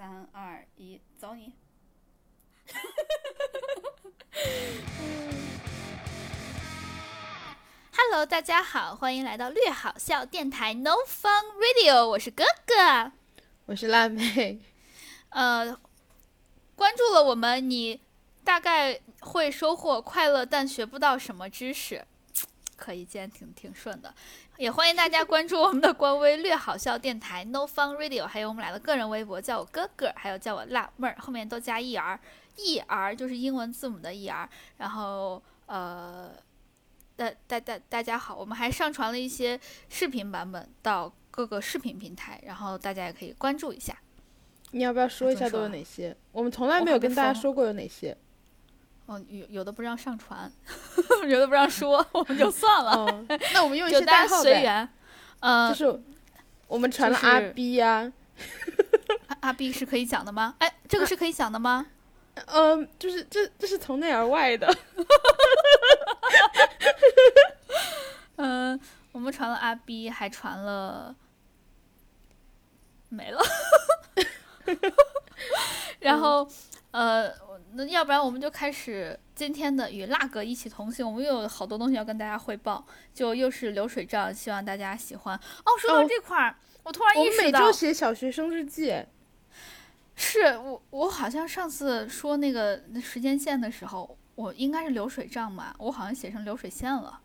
3、2、1，走你！Hello， 大家好，欢迎来到略好笑电台 No Fun Radio， 我是哥哥， 我是辣妹。 关注了我们，你大概会收获快乐但学不到什么知识。可以，今天挺顺的。也欢迎大家关注我们的官微略好笑电台 No Fun Radio， 还有我们俩的个人微博，叫我哥哥，还有叫我辣妹儿，后面都加 ER，ER 就是英文字母的 ER。然后大家好，我们还上传了一些视频版本到各个视频平台，然后大家也可以关注一下。 你要不要说一下都有哪些？我们从来没有跟大家说过有哪些。 有的不让上传，有的不让说，我们就算了。 那我们用一些代号呗， 就大家随缘。 就是我们传了阿 B 呀。 阿 B 是可以讲的吗？哎，这个是可以讲的吗？ 就是这是从内而外的。 我们传了阿 B， 还传了没了。然后那要不然我们就开始今天的与辣哥一起同行。我们又有好多东西要跟大家汇报，就又是流水账，希望大家喜欢。说到这块儿，我突然意识到， 我们每周写小学生日记。 是我好像上次说那个时间线的时候，我应该是流水账嘛，我好像写成流水线了。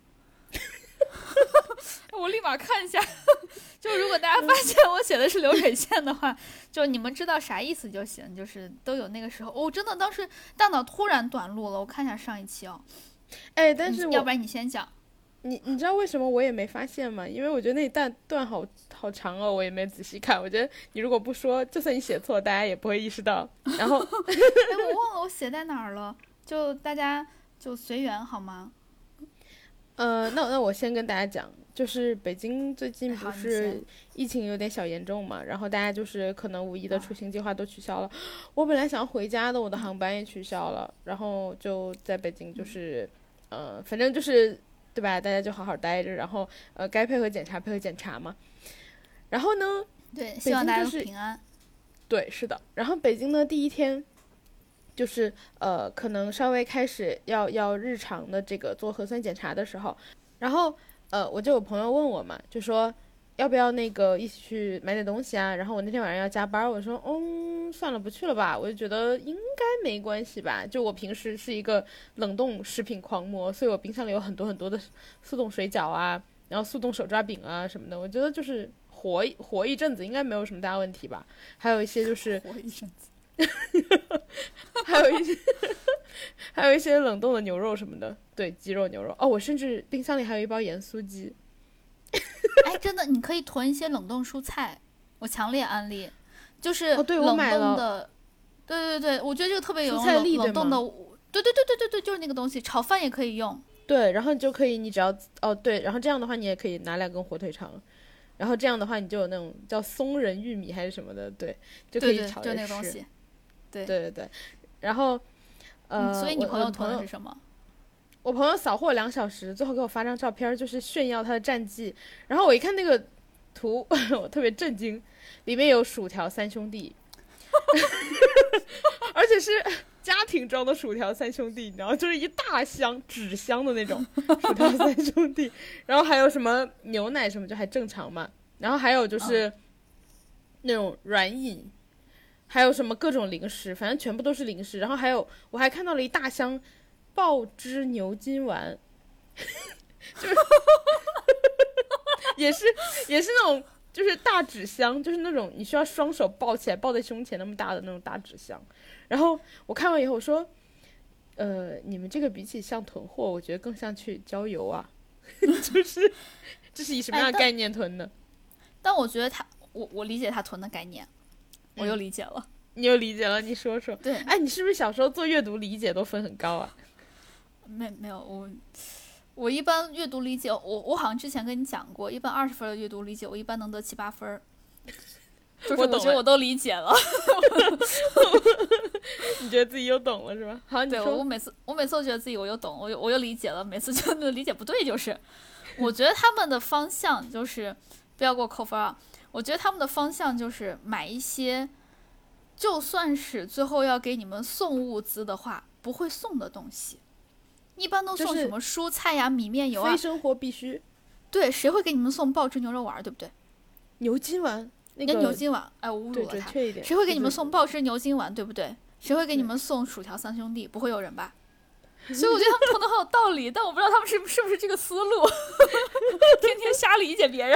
我立马看一下，就如果大家发现我写的是流水线的话，就你们知道啥意思就行，就是都有那个时候。真的当时大脑突然短路了，我看一下上一期哦。 但是要不然你先讲。 你知道为什么我也没发现吗？因为我觉得那段好长哦，我也没仔细看。我觉得你如果不说，就算你写错，大家也不会意识到。然后， 我忘了我写在哪儿了，就大家就随缘好吗？ 那我先跟大家讲，就是北京最近不是疫情有点小严重嘛，然后大家就是可能5一的出行计划都取消了。我本来想回家的，我的航班也取消了，然后就在北京就是反正就是对吧，大家就好好待着，然后该配合检查嘛。然后呢， 对，希望大家都平安。 对，是的。然后北京呢第一天就是可能稍微开始要日常的这个做核酸检查的时候，然后我就有朋友问我嘛，就说要不要那个一起去买点东西啊？然后我那天晚上要加班，我说算了，不去了吧。我就觉得应该没关系吧。就我平时是一个冷冻食品狂魔，所以我冰箱里有很多很多的速冻水饺啊，然后速冻手抓饼啊什么的。我觉得就是活一阵子应该没有什么大问题吧。还有一些就是活一阵子。 还有一些冷冻的牛肉什么的，对，鸡肉牛肉。我甚至冰箱里还有一包盐酥鸡。 真的，你可以囤一些冷冻蔬菜，我强烈安利，就是冷冻的。对，我觉得这个特别有用。 蔬菜粒冷冻的，对，就是那个东西，炒饭也可以用。 对，然后你就可以，你只要对，然后这样的话你也可以拿2根火腿肠。然后这样的话你就有那种叫松仁玉米还是什么的，对，就可以炒着吃。 就那个东西。 对，然后所以你朋友囤的是什么？ 我朋友扫货2小时，最后给我发张照片，就是炫耀他的战绩。然后我一看那个图，我特别震惊，里面有薯条3兄弟，而且是家庭装的薯条3兄弟，你知道，就是一大箱纸箱的那种薯条3兄弟。然后还有什么牛奶什么就还正常嘛，然后还有就是那种软饮。还有什么各种零食，反正全部都是零食。然后还有，我还看到了一大箱爆汁牛筋丸，就是也是那种就是大纸箱，就是那种你需要双手抱起来抱在胸前那么大的那种大纸箱。然后我看完以后我说，你们这个比起像囤货，我觉得更像去郊游啊，就是这是以什么样的概念囤的？ 但我觉得我理解他囤的概念。我又理解了。 你又理解了，你说说。 对， 你是不是小时候做阅读理解都分很高啊？ 没有，我一般阅读理解，我好像之前跟你讲过，一般20分的阅读理解，我一般能得7、8分。就是我觉得我都理解了。 你觉得自己又懂了是吧？好，你说。 对，我每次都觉得自己我又懂，我又理解了，每次就理解不对，就是我觉得他们的方向就是不要给我扣分啊。我觉得他们的方向就是买一些就算是最后要给你们送物资的话，不会送的东西，一般都送什么蔬菜呀、米面油啊， 非生活必须。 对，谁会给你们送爆汁牛肉丸，对不对？ 牛筋丸，那个牛筋丸，哎，我侮辱了他。谁会给你们送爆汁牛筋丸，对不对？谁会给你们送薯条三兄弟？不会有人吧？所以我觉得他们说的很有道理，但我不知道他们是不是这个思路，天天瞎理解别人。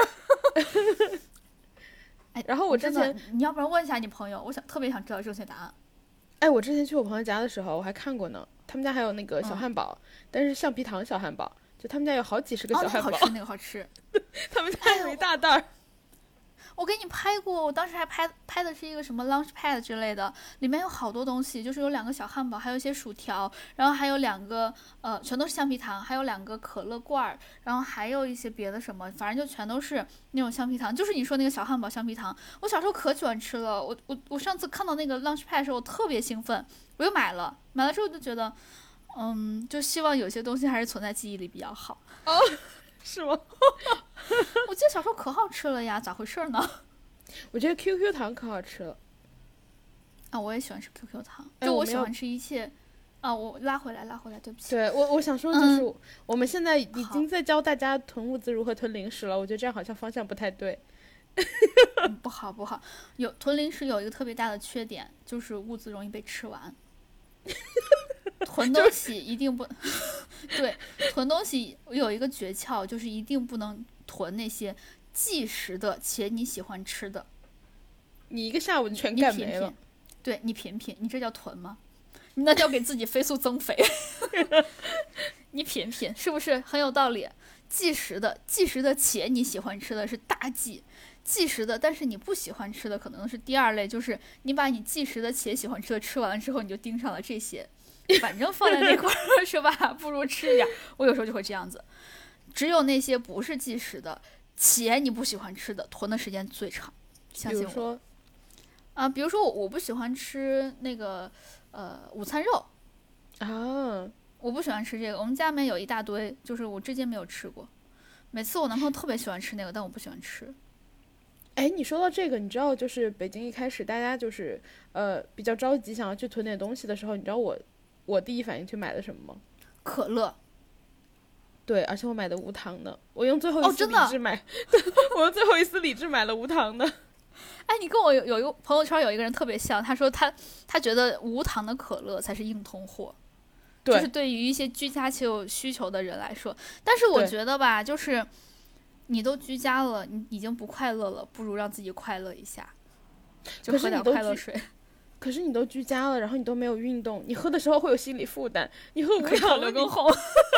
哎， 然后我之前， 你要不然问一下你朋友，我特别想知道正确答案。 哎，我之前去我朋友家的时候，我还看过呢，他们家还有那个小汉堡，但是橡皮糖小汉堡，就他们家有好几十个小汉堡， 那个好吃，那个好吃。 他们家有一大袋儿。 我给你拍过，我当时还拍的是一个什么 lunch pad 之类的，里面有好多东西，就是有2个小汉堡，还有一些薯条，然后还有2个全都是橡皮糖，还有2个可乐罐，然后还有一些别的什么，反正就全都是那种橡皮糖，就是你说那个小汉堡橡皮糖，我小时候可喜欢吃了，我上次看到那个 lunch pad 的时候，我特别兴奋，我又买了之后就觉得，就希望有些东西还是存在记忆里比较好。 哦，是吗？ 我记得小时候可好吃了呀，咋回事呢？ 我觉得 QQ 糖可好吃了。 啊，我也喜欢吃 QQ 糖，就我喜欢吃一切。啊，我拉回来，对不起。 对，我想说就是，我们现在已经在教大家囤物资如何囤零食了，我觉得这样好像方向不太对。 不好，囤零食有一个特别大的缺点，就是物资容易被吃完。囤东西一定不对，囤东西有一个诀窍，就是一定不能囤那些即食的且你喜欢吃的。 你一个下午全干没了。 对，你品品，你这叫囤吗？你那叫给自己飞速增肥。你品品，是不是很有道理？即食的且你喜欢吃的是大忌，即食的但是你不喜欢吃的可能是第二类，就是你把你即食的且喜欢吃的吃完了之后，你就盯上了这些。反正放在那块儿是吧？不如吃点。我有时候就会这样子。只有那些不是即食的，且你不喜欢吃的，囤的时间最长。相信我。比如说我不喜欢吃那个午餐肉啊， 我不喜欢吃这个。我们家里面有一大堆，就是我至今没有吃过。每次我男朋友特别喜欢吃那个，但我不喜欢吃。 哎，你说到这个，你知道就是北京一开始大家就是比较着急想要去囤点东西的时候，你知道我第一反应去买的什么吗？ 可乐。 对，而且我买的无糖的，我用最后一丝理智买，我用最后一丝理智买了无糖的。 哎，你跟我有一个朋友圈有一个人特别像，他说他觉得无糖的可乐才是硬通货， 对， 就是对于一些居家且有需求的人来说。但是我觉得吧，就是你都居家了，你已经不快乐了，不如让自己快乐一下，就喝点快乐水。 可是你都居家了，然后你都没有运动，你喝的时候会有心理负担，你喝无糖的更红。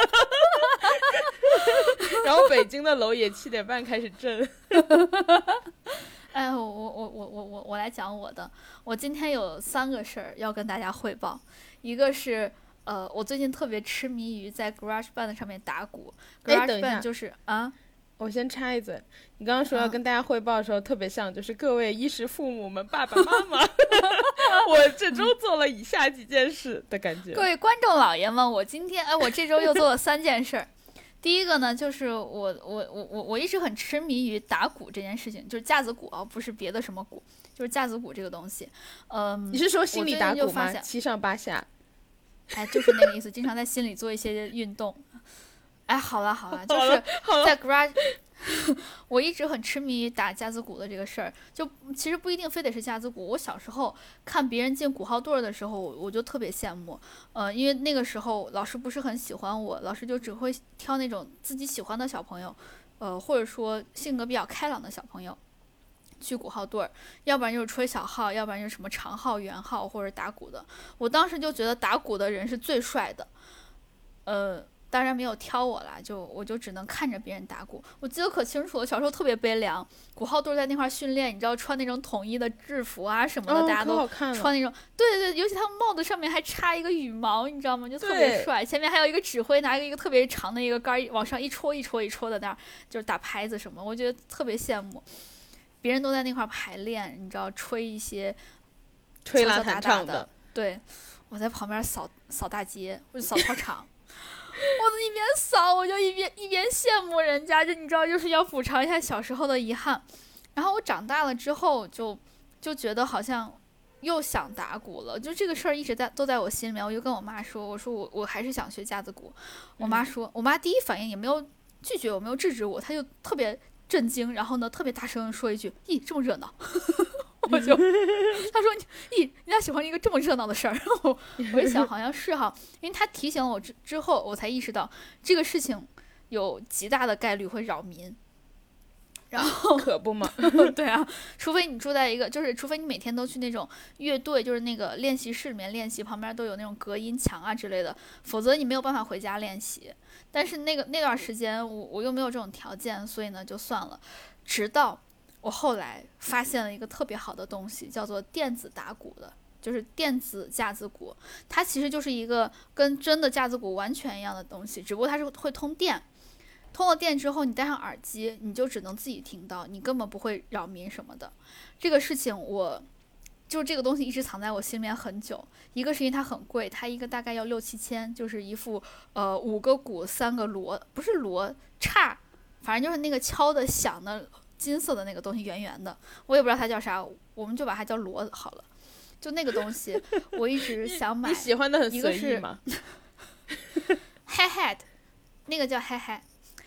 然后北京的楼也7点半开始震。 哎，我来讲我的。我今天有3个事儿要跟大家汇报。一个是我最近特别痴迷于在 GarageBand 上面打鼓。GarageBand 就是我先插一嘴，你刚刚说要跟大家汇报的时候，特别像就是各位衣食父母们、爸爸妈妈，我这周做了以下几件事的感觉。 各位观众老爷们，我这周又做了3件事。第一个呢，就是我一直很痴迷于打鼓这件事情，就是架子鼓啊，不是别的什么鼓，就是架子鼓这个东西。 你是说心里打鼓吗？7上8下。 哎，就是那个意思，经常在心里做一些运动。哎，好了，就是在 Garage， 我一直很痴迷于打架子鼓的这个事儿。就其实不一定非得是架子鼓，我小时候看别人进鼓号队的时候，我就特别羡慕。因为那个时候老师不是很喜欢我，老师就只会挑那种自己喜欢的小朋友，或者说性格比较开朗的小朋友去鼓号队，要不然就是吹小号，要不然就是什么长号、圆号或者打鼓的。我当时就觉得打鼓的人是最帅的。当然没有挑我啦，我就只能看着别人打鼓。我记得可清楚了，小时候特别悲凉，鼓号队在那块训练，你知道穿那种统一的制服啊什么的，大家都穿那种，对，尤其他们帽子上面还插一个羽毛，你知道吗？就特别帅。前面还有一个指挥拿一个特别长的一个杆往上一戳的那儿，就是打拍子什么，我觉得特别羡慕。别人都在那块排练，你知道吹一些吹拉弹唱的， 对，我在旁边扫大街或者扫操场。我一边扫，我就一边羡慕人家，你知道，就是要补偿一下小时候的遗憾。然后我长大了之后就觉得好像又想打鼓了，就这个事儿一直都在我心里面。我就跟我妈说，我说我还是想学架子鼓。我妈说，我妈第一反应也没有拒绝我，没有制止我，她就特别震惊，然后呢特别大声说一句：“咦，这么热闹！”我就她说：“咦，人家喜欢一个这么热闹的事儿。”我一想，好像是哈，因为她提醒了我之后，我才意识到这个事情有极大的概率会扰民。然后可不嘛， 对啊，除非你住在一个，就是除非你每天都去那种乐队，就是那个练习室里面练习，旁边都有那种隔音墙啊之类的，否则你没有办法回家练习。但是那段时间我又没有这种条件，所以呢就算了。直到我后来发现了一个特别好的东西，叫做电子打鼓的，就是电子架子鼓。它其实就是一个跟真的架子鼓完全一样的东西，只不过它是会通电。通了电之后，你戴上耳机，你就只能自己听到，你根本不会扰民什么的。这个事情就这个东西一直藏在我心里面很久。一个是因为它很贵，它一个大概要6-7千，就是一副5个鼓3个锣，不是锣叉，反正就是那个敲的响的金色的那个东西，圆圆的，我也不知道它叫啥，我们就把它叫锣好了。就那个东西，我一直想买。 你喜欢的很随意吗？ Hi-hat， 那个叫 Hi-hat。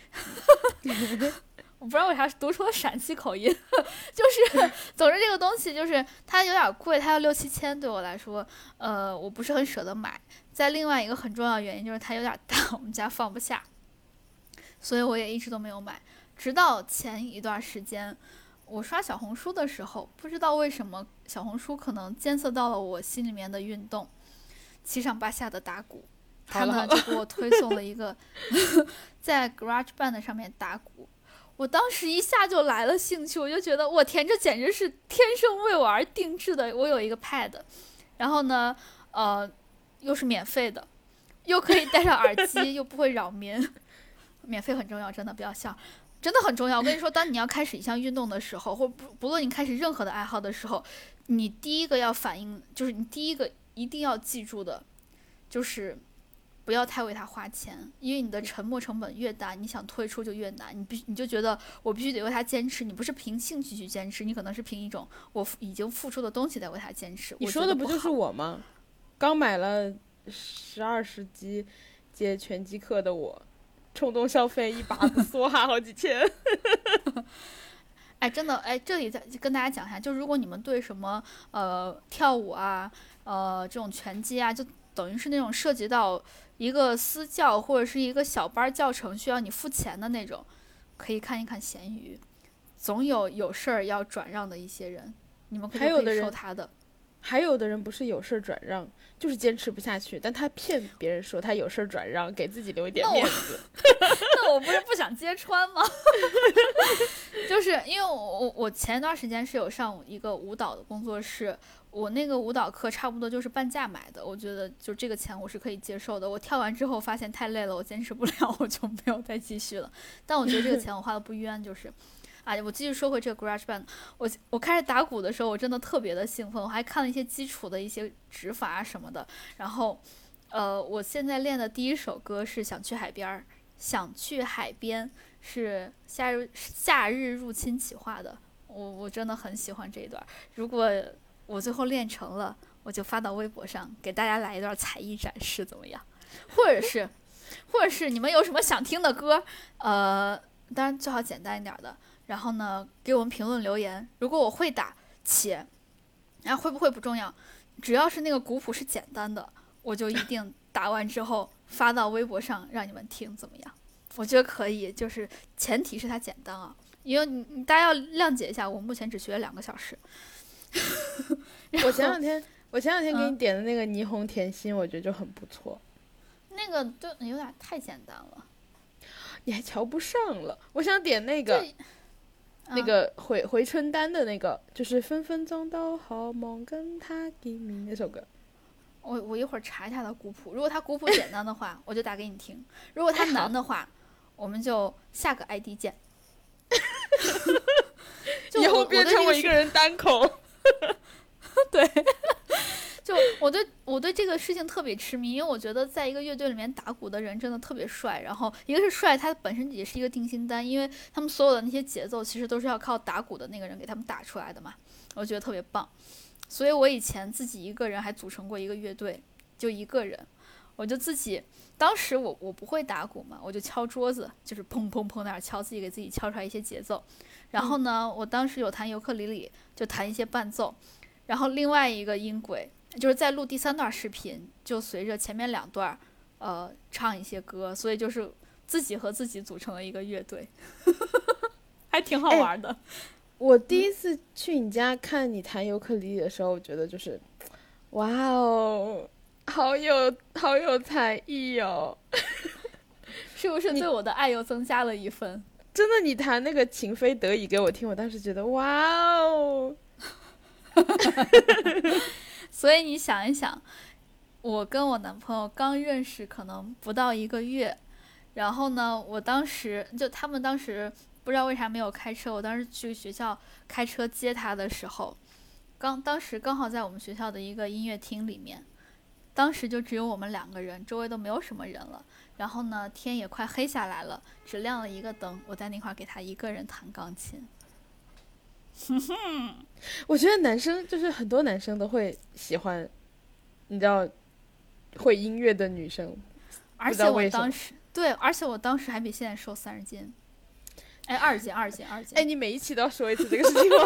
我不知道为啥读出了陕西口音，就是总之这个东西就是它有点贵，它要6-7千，对我来说，我不是很舍得买。再另外一个很重要的原因就是它有点大，我们家放不下，所以我也一直都没有买。直到前一段时间，我刷小红书的时候，不知道为什么小红书可能监测到了我心里面的运动，七上八下的打鼓。他呢就给我推送了一个在 GarageBand 上面打鼓，我当时一下就来了兴趣，我就觉得我天，这简直是天生为我而定制的。我有一个 pad， 然后呢又是免费的，又可以戴上耳机，又不会扰民。免费很重要，真的不要笑，真的很重要。我跟你说，当你要开始一项运动的时候，或不论你开始任何的爱好的时候，你第一个要反应，就是你第一个一定要记住的就是不要太为它花钱，因为你的沉没成本越大，你想退出就越难。你就觉得我必须得为它坚持，你不是凭兴趣去坚持，你可能是凭一种我已经付出的东西在为它坚持。 你说的不就是我吗？刚买了10-20级接拳击课的我，冲动消费一把子梭哈好几千。 哎，真的，哎，这里再跟大家讲一下，就如果你们对什么跳舞啊，这种拳击啊，就等于是那种涉及到一个私教或者是一个小班教程需要你付钱的那种，可以看一看闲鱼，总有事儿要转让的一些人，你们可以收他的。 还有的人不是有事转让，就是坚持不下去，但他骗别人说他有事转让，给自己留一点面子。 那我不是不想揭穿吗？就是因为我前段时间是有上一个舞蹈的工作室，我那个舞蹈课差不多就是半价买的，我觉得就这个钱我是可以接受的。我跳完之后发现太累了，我坚持不了，我就没有再继续了。但我觉得这个钱我花的不冤，就是。我继续说回这个 GarageBand， 我开始打鼓的时候，我真的特别的兴奋，我还看了一些基础的一些指法啊什么的。然后，我现在练的第一首歌是《想去海边》，想去海边是夏日入侵企划的，我真的很喜欢这一段。如果我最后练成了，我就发到微博上给大家来一段才艺展示，怎么样？或者是你们有什么想听的歌？当然最好简单一点的。然后呢，给我们评论留言。如果我会打，然后会不会不重要，只要是那个鼓谱是简单的，我就一定打完之后发到微博上让你们听，怎么样？我觉得可以，就是前提是它简单啊，因为大家要谅解一下，我目前只学了2个小时。 我前两天给你点的那个霓虹甜心，我觉得就很不错。 那个就有点太简单了， 你还瞧不上了。我想点那个。那个回春丹的那个，就是分分钟都好梦跟他给你那首歌。 我一会儿查一下它的鼓谱，如果它鼓谱简单的话，我就打给你听；如果它难的话，我们就下个 ID 见。 以后变成我一个人单口。 对。就我对这个事情特别痴迷，因为我觉得在一个乐队里面打鼓的人真的特别帅。然后一个是帅，他本身也是一个定心丹，因为他们所有的那些节奏其实都是要靠打鼓的那个人给他们打出来的嘛，我觉得特别棒。 所以我以前自己一个人还组成过一个乐队，就一个人，我就自己。当时我不会打鼓嘛，我就敲桌子，就是砰砰砰那儿敲，自己给自己敲出来一些节奏。然后呢，我当时有弹尤克里里，就弹一些伴奏。然后另外一个音轨就是在录第3段视频，就随着前面2段唱一些歌，所以就是自己和自己组成了一个乐队，还挺好玩的。 我第一次去你家看你弹尤克里里的时候，我觉得就是，哇哦，好有才艺哦！ 是不是对我的爱又增加了一分？ 真的，你弹那个情非得已给我听，我当时觉得哇哦！ 所以你想一想，我跟我男朋友刚认识可能不到1个月，然后呢，他们当时不知道为啥没有开车，我当时去学校开车接他的时候，当时刚好在我们学校的一个音乐厅里面，当时就只有我们2个人，周围都没有什么人了。然后呢，天也快黑下来了，只亮了一个灯，我在那块给他一个人弹钢琴。 我觉得男生就是很多男生都会喜欢，你知道，会音乐的女生。 而且我当时而且我当时还比现在瘦30斤。哎，20斤。 哎，你每一期都要说一次这个事情吗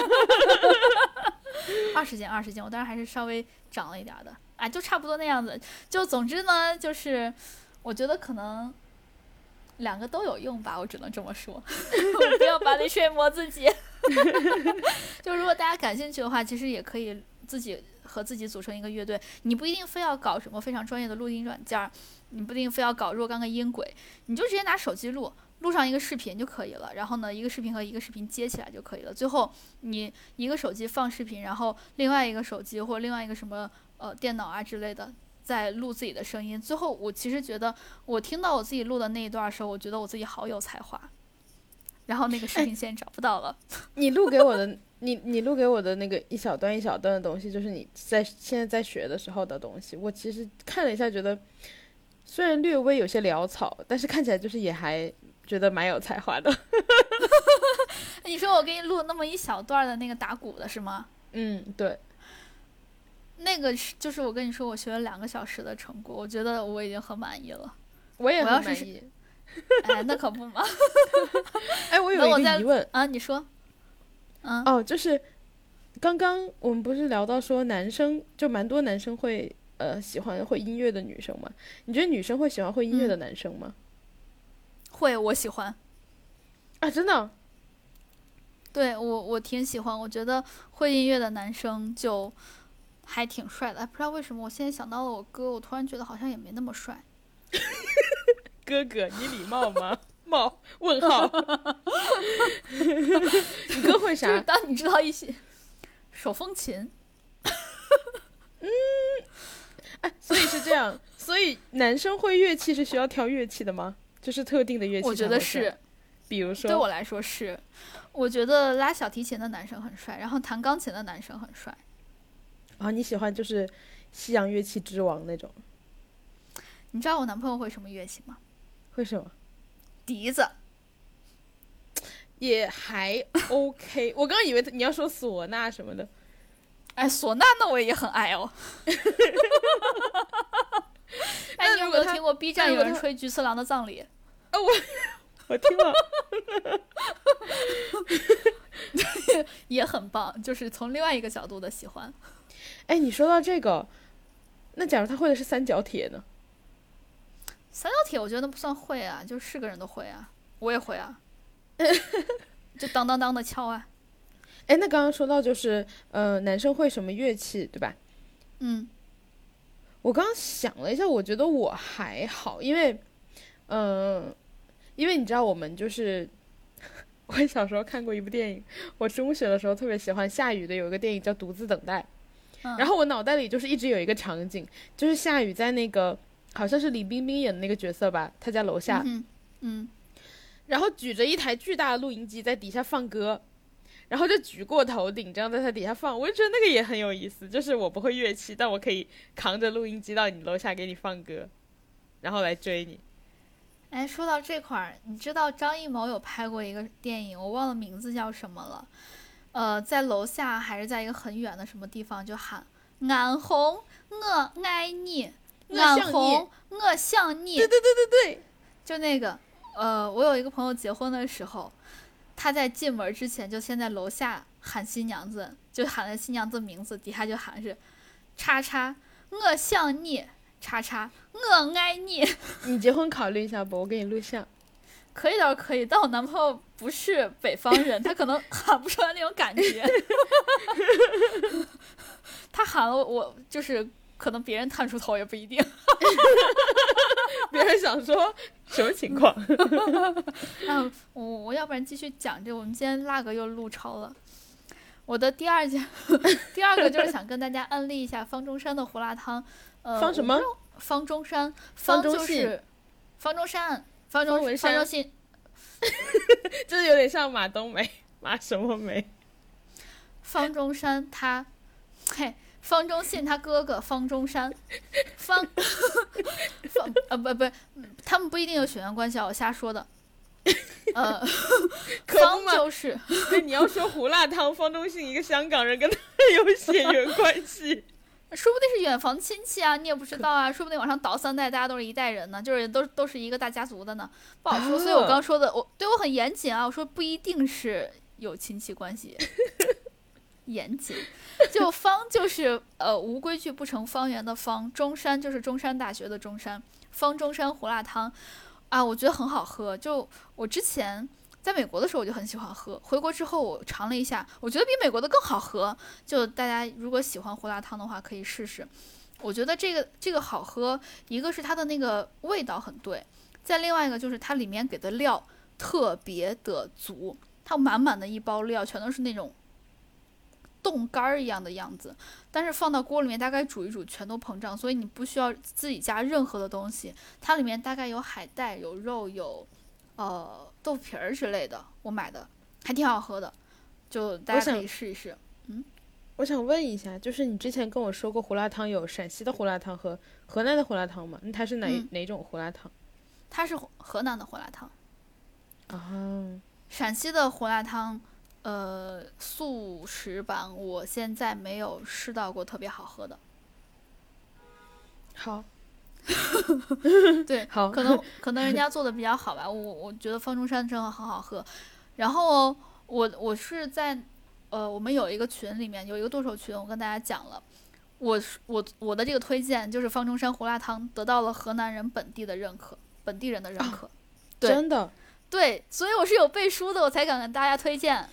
？20斤，我当时还是稍微长了一点的，哎，就差不多那样子。就总之呢，就是我觉得可能2个都有用吧，我只能这么说。我不要把那睡磨自己。就如果大家感兴趣的话，其实也可以自己和自己组成一个乐队。你不一定非要搞什么非常专业的录音软件，你不一定非要搞若干个音轨，你就直接拿手机录上一个视频就可以了。然后呢，一个视频和一个视频接起来就可以了。最后你一个手机放视频，然后另外一个手机或另外一个什么电脑啊之类的在录自己的声音。最后我其实觉得，我听到我自己录的那一段的时候，我觉得我自己好有才华。然后那个视频现在找不到了。 你录给我的，你录给我的那个一小段的东西，就是你现在在学的时候的东西。我其实看了一下，觉得虽然略微有些潦草，但是看起来就是也还觉得蛮有才华的。 你说我给你录那么一小段的那个打鼓的是吗？ 嗯，对。 那个就是我跟你说，我学了2个小时的成果，我觉得我已经很满意了。 我也很满意。 哎，那可不嘛。 哎，我有一个疑问啊，你说。 就是刚刚我们不是聊到说男生就蛮多男生会喜欢会音乐的女生吗？你觉得女生会喜欢会音乐的男生吗？ 会，我喜欢。 啊，真的？ 对，我挺喜欢，我觉得会音乐的男生就还挺帅的。不知道为什么我现在想到了我哥，我突然觉得好像也没那么帅。 哥哥，你礼貌吗？问号。你哥会啥？ 就是当你知道一些手风琴。 所以是这样，所以男生会乐器是需要挑乐器的吗？就是特定的乐器？ 我觉得是。 比如说， 对我来说是。我觉得拉小提琴的男生很帅，然后弹钢琴的男生很帅。 啊，你喜欢就是西洋乐器之王那种？ 你知道我男朋友会什么乐器吗？ 会什么？ 笛子。 也还 OK。我刚刚以为你要说唢呐什么的。 哎，唢呐那我也很爱哦。哎，你有没有听过 B 站有人吹菊次郎的葬礼？ 啊，我听了。 也很棒，就是从另外一个角度的喜欢。 哎，你说到这个，那假如他会的是三角铁呢？ 三角铁我觉得不算会啊，就是个人都会啊，我也会啊。就当当当的敲啊。 哎，那刚刚说到就是男生会什么乐器对吧？ 嗯， 我刚刚想了一下，我觉得我还好，因为你知道我们就是我小时候看过一部电影，我中学的时候特别喜欢夏雨的有一个电影叫《独自等待》，然后我脑袋里就是一直有一个场景，就是夏雨在那个好像是李冰冰演的那个角色吧，他家楼下，然后举着一台巨大的录音机在底下放歌，然后就举过头顶这样在他底下放，我就觉得那个也很有意思，就是我不会乐器，但我可以扛着录音机到你楼下给你放歌，然后来追你。 哎，说到这块儿，你知道张艺谋有拍过一个电影，我忘了名字叫什么了。 在楼下还是在一个很远的什么地方就喊安红我爱你，安红我想你。 对对对对对， 就那个我有一个朋友结婚的时候，他在进门之前就先在楼下喊新娘子，就喊了新娘子名字，底下就喊是叉叉我想你，叉叉我爱你。 你结婚考虑一下不？我给你录像。 可以倒是可以，但我男朋友不是北方人，他可能喊不出来那种感觉。他喊了我，就是可能别人探出头也不一定。 别人想说什么情况？ 我要不然继续讲这，我们今天那个又录超了。我的第二个就是想跟大家安利一下方中山的胡辣汤。 方什么？ 方中山， 方就是方中山。方中信， 就是有点像马冬梅，马什么梅？ 方中山他，方中信他哥哥方中山，不，他们不一定有血缘关系，我瞎说的。方就是， 你要说胡辣汤，方中信一个香港人跟他有血缘关系。 说不定是远房亲戚啊，你也不知道啊，说不定往上倒3代，大家都是一代人呢，就是都是一个大家族的呢，不好说。所以我刚说的，我很严谨啊，我说不一定是有亲戚关系，严谨。就方就是无规矩不成方圆的方，中山就是中山大学的中山，方中山胡辣汤啊，我觉得很好喝。就我之前在美国的时候我就很喜欢喝，回国之后我尝了一下，我觉得比美国的更好喝。就大家如果喜欢胡辣汤的话可以试试。我觉得这个好喝，一个是它的那个味道很对，再另外一个就是它里面给的料特别的足，它满满的一包料全都是那种冻干一样的样子，但是放到锅里面大概煮一煮全都膨胀，所以你不需要自己加任何的东西。它里面大概有海带有肉有豆皮儿之类的，我买的还挺好喝的，就大家可以试一试。 我想问一下，就是你之前跟我说过胡辣汤有陕西的胡辣汤和河南的胡辣汤吗？它是哪种胡辣汤？ 它是河南的胡辣汤。 啊， 陕西的胡辣汤速食版我现在没有试到过特别好喝的。 好。 对， 好， 可能人家做的比较好吧，我觉得方中山真的很好喝。然后我是在我们有一个群里面有一个剁手群，我跟大家讲了，我的这个推荐就是方中山胡辣汤得到了河南人本地人的认可。对， 真的对，所以我是有背书的，我才敢跟大家推荐。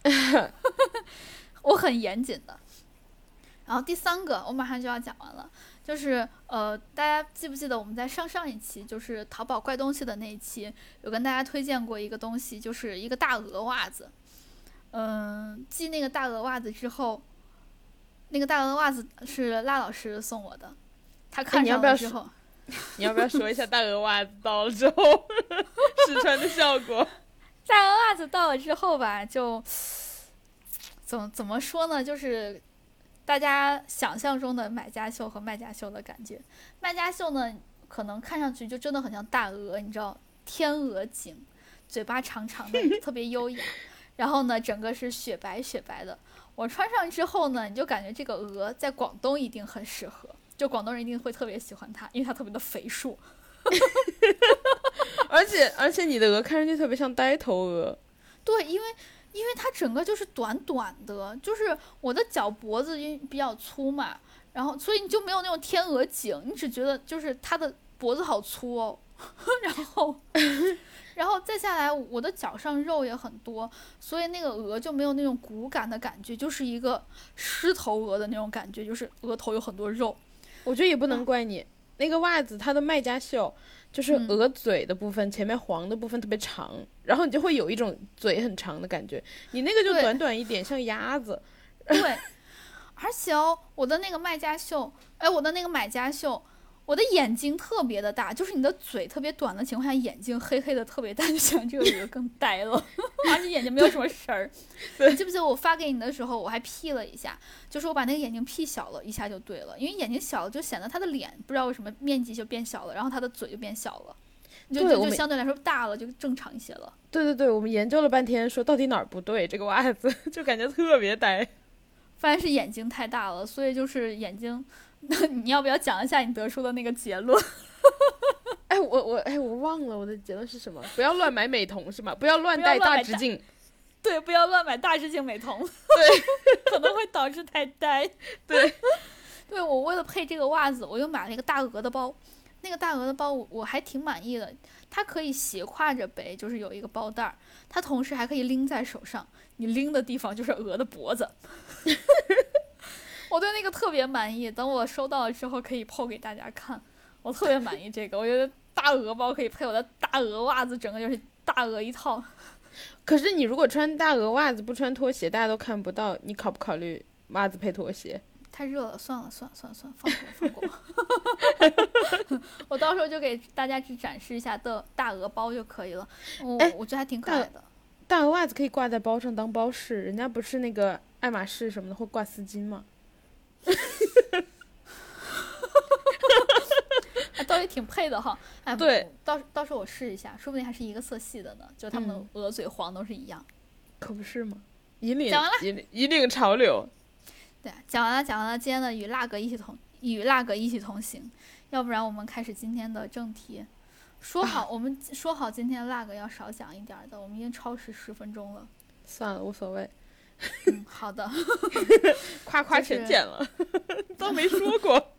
我很严谨的。然后第3个我马上就要讲完了，就是大家记不记得我们在上一期就是淘宝怪东西的那一期有跟大家推荐过一个东西，就是一个大鹅袜子。寄那个大鹅袜子之后，那个大鹅袜子是辣老师送我的，他看上了之后， 你要不要说一下大鹅袜子到了之后试穿的效果？ 大鹅袜子到了之后吧，就怎么说呢，就是大家想象中的买家秀和卖家秀的感觉。卖家秀呢，可能看上去就真的很像大鹅，你知道，天鹅颈，嘴巴长长的，特别优雅。然后呢，整个是雪白的。我穿上之后呢，你就感觉这个鹅在广东一定很适合，就广东人一定会特别喜欢它，因为它特别的肥硕。 而且你的鹅看上去特别像呆头鹅。 对，因为它整个就是短短的，就是我的脚脖子因为比较粗嘛，然后所以你就没有那种天鹅颈，你只觉得就是它的脖子好粗哦。然后再下来，我的脚上肉也很多，所以那个鹅就没有那种骨感的感觉，就是一个狮头鹅的那种感觉，就是额头有很多肉。 我觉得也不能怪你，那个袜子它的卖家秀就是鹅嘴的部分，前面黄的部分特别长，然后你就会有一种嘴很长的感觉。你那个就短短一点，像鸭子。 对，而且我的那个卖家秀，我的那个买家秀。我的眼睛特别的大，就是你的嘴特别短的情况下，眼睛黑黑的特别大，就显这个鹅更呆了，而且眼睛没有什么神儿。你记不记得我发给你的时候，我还 P 了一下，就是我把那个眼睛 P 小了一下就对了，因为眼睛小了就显得他的脸不知道为什么面积就变小了，然后他的嘴就变小了。 就相对来说大了，就正常一些了。 对，我们研究了半天，说到底哪儿不对，这个袜子就感觉特别呆。 发现是眼睛太大了，所以就是眼睛。你要不要讲一下你得出的那个结论？ 我忘了我的结论是什么？不要乱买美瞳是吗？不要乱戴大直径。 对，不要乱买大直径美瞳。 对， 可能会导致太呆。 对， 我为了配这个袜子，我又买了一个大鹅的包。那个大鹅的包我还挺满意的，它可以斜挎着背，就是有一个包带，它同时还可以拎在手上，你拎的地方就是鹅的脖子。我对那个特别满意，等我收到了之后可以 po 给大家看。我特别满意这个，我觉得大鹅包可以配我的大鹅袜子，整个就是大鹅一套。 可是你如果穿大鹅袜子不穿拖鞋，大家都看不到，你考不考虑袜子配拖鞋？ 太热了，算了，放过。我到时候就给大家只展示一下的大鹅包就可以了。我觉得还挺可爱的。 大鹅袜子可以挂在包上当包饰，人家不是那个爱马仕什么的会挂丝巾吗？ 倒也挺配的哈。 对， 到时候我试一下，说不定还是一个色系的呢，就他们的鹅嘴黄都是一样。 可不是吗？引领潮流。 对，讲完了，今天的与辣哥一起同行。要不然我们开始今天的正题。我们说好今天辣哥要少讲一点的，我们已经超时10分钟了。 算了，无所谓。 好的。 夸全剪了，都没说过。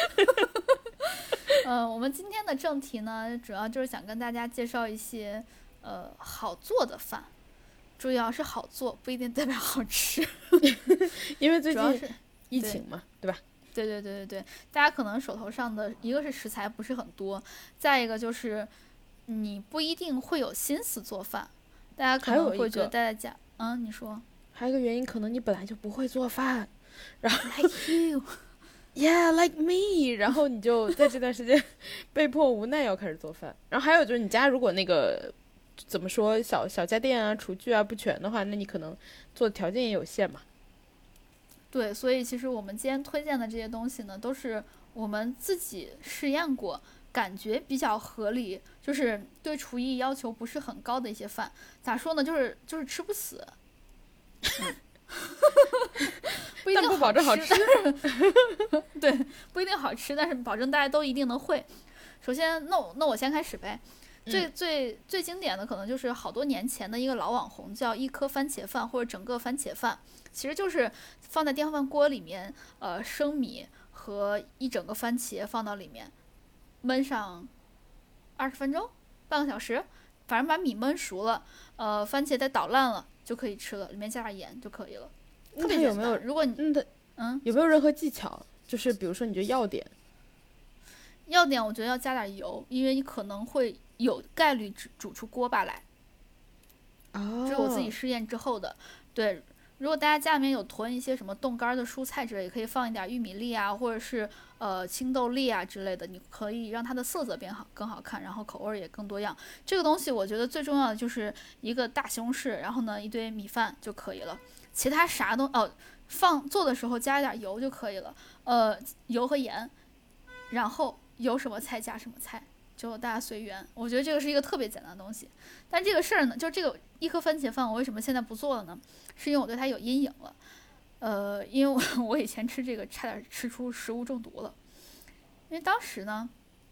我们今天的正题呢，主要就是想跟大家介绍一些好做的饭，主要是好做，不一定代表好吃。 因为最主要是近疫情嘛，对吧？ 对，大家可能手头上的一个是食材不是很多，再一个就是你不一定会有心思做饭，大家可能会觉得待在家。你说。 还有一个原因，可能你本来就不会做饭，然后 like you yeah like me， 然后你就在这段时间被迫无奈要开始做饭。然后还有就是你家如果那个怎么说小家电啊厨具啊不全的话，那你可能做的条件也有限嘛。 对，所以其实我们今天推荐的这些东西呢，都是我们自己试验过，感觉比较合理，就是对厨艺要求不是很高的一些饭。咋说呢，就是吃不死。不一定不保证好吃。 对，不一定好吃，但是保证大家都一定能会。首先，那我先开始呗。最经典的可能就是好多年前的一个老网红，叫一颗番茄饭或者整个番茄饭，其实就是放在电饭锅里面，生米和一整个番茄放到里面，焖上20分钟，半个小时，反正把米焖熟了，番茄再捣烂了就可以吃了，里面加点盐就可以了。特别简单。如果你有没有任何技巧？就是比如说你觉得要点， 我觉得要加点油，因为你可能会有概率煮出锅巴来。这是我自己试验之后的。对，如果大家家里面有囤一些什么冻干的蔬菜之类，也可以放一点玉米粒啊，或者是青豆粒啊之类的，你可以让它的色泽变好，更好看，然后口味也更多样。这个东西我觉得最重要的就是一个大西红柿，然后呢一堆米饭就可以了，其他啥都做的时候加一点油就可以了，油和盐，然后有什么菜加什么菜，就大家随缘。我觉得这个是一个特别简单的东西，但这个事儿呢，就这个一颗番茄饭，我为什么现在不做了呢？是因为我对它有阴影了。因为我以前吃这个差点吃出食物中毒了，因为当时呢，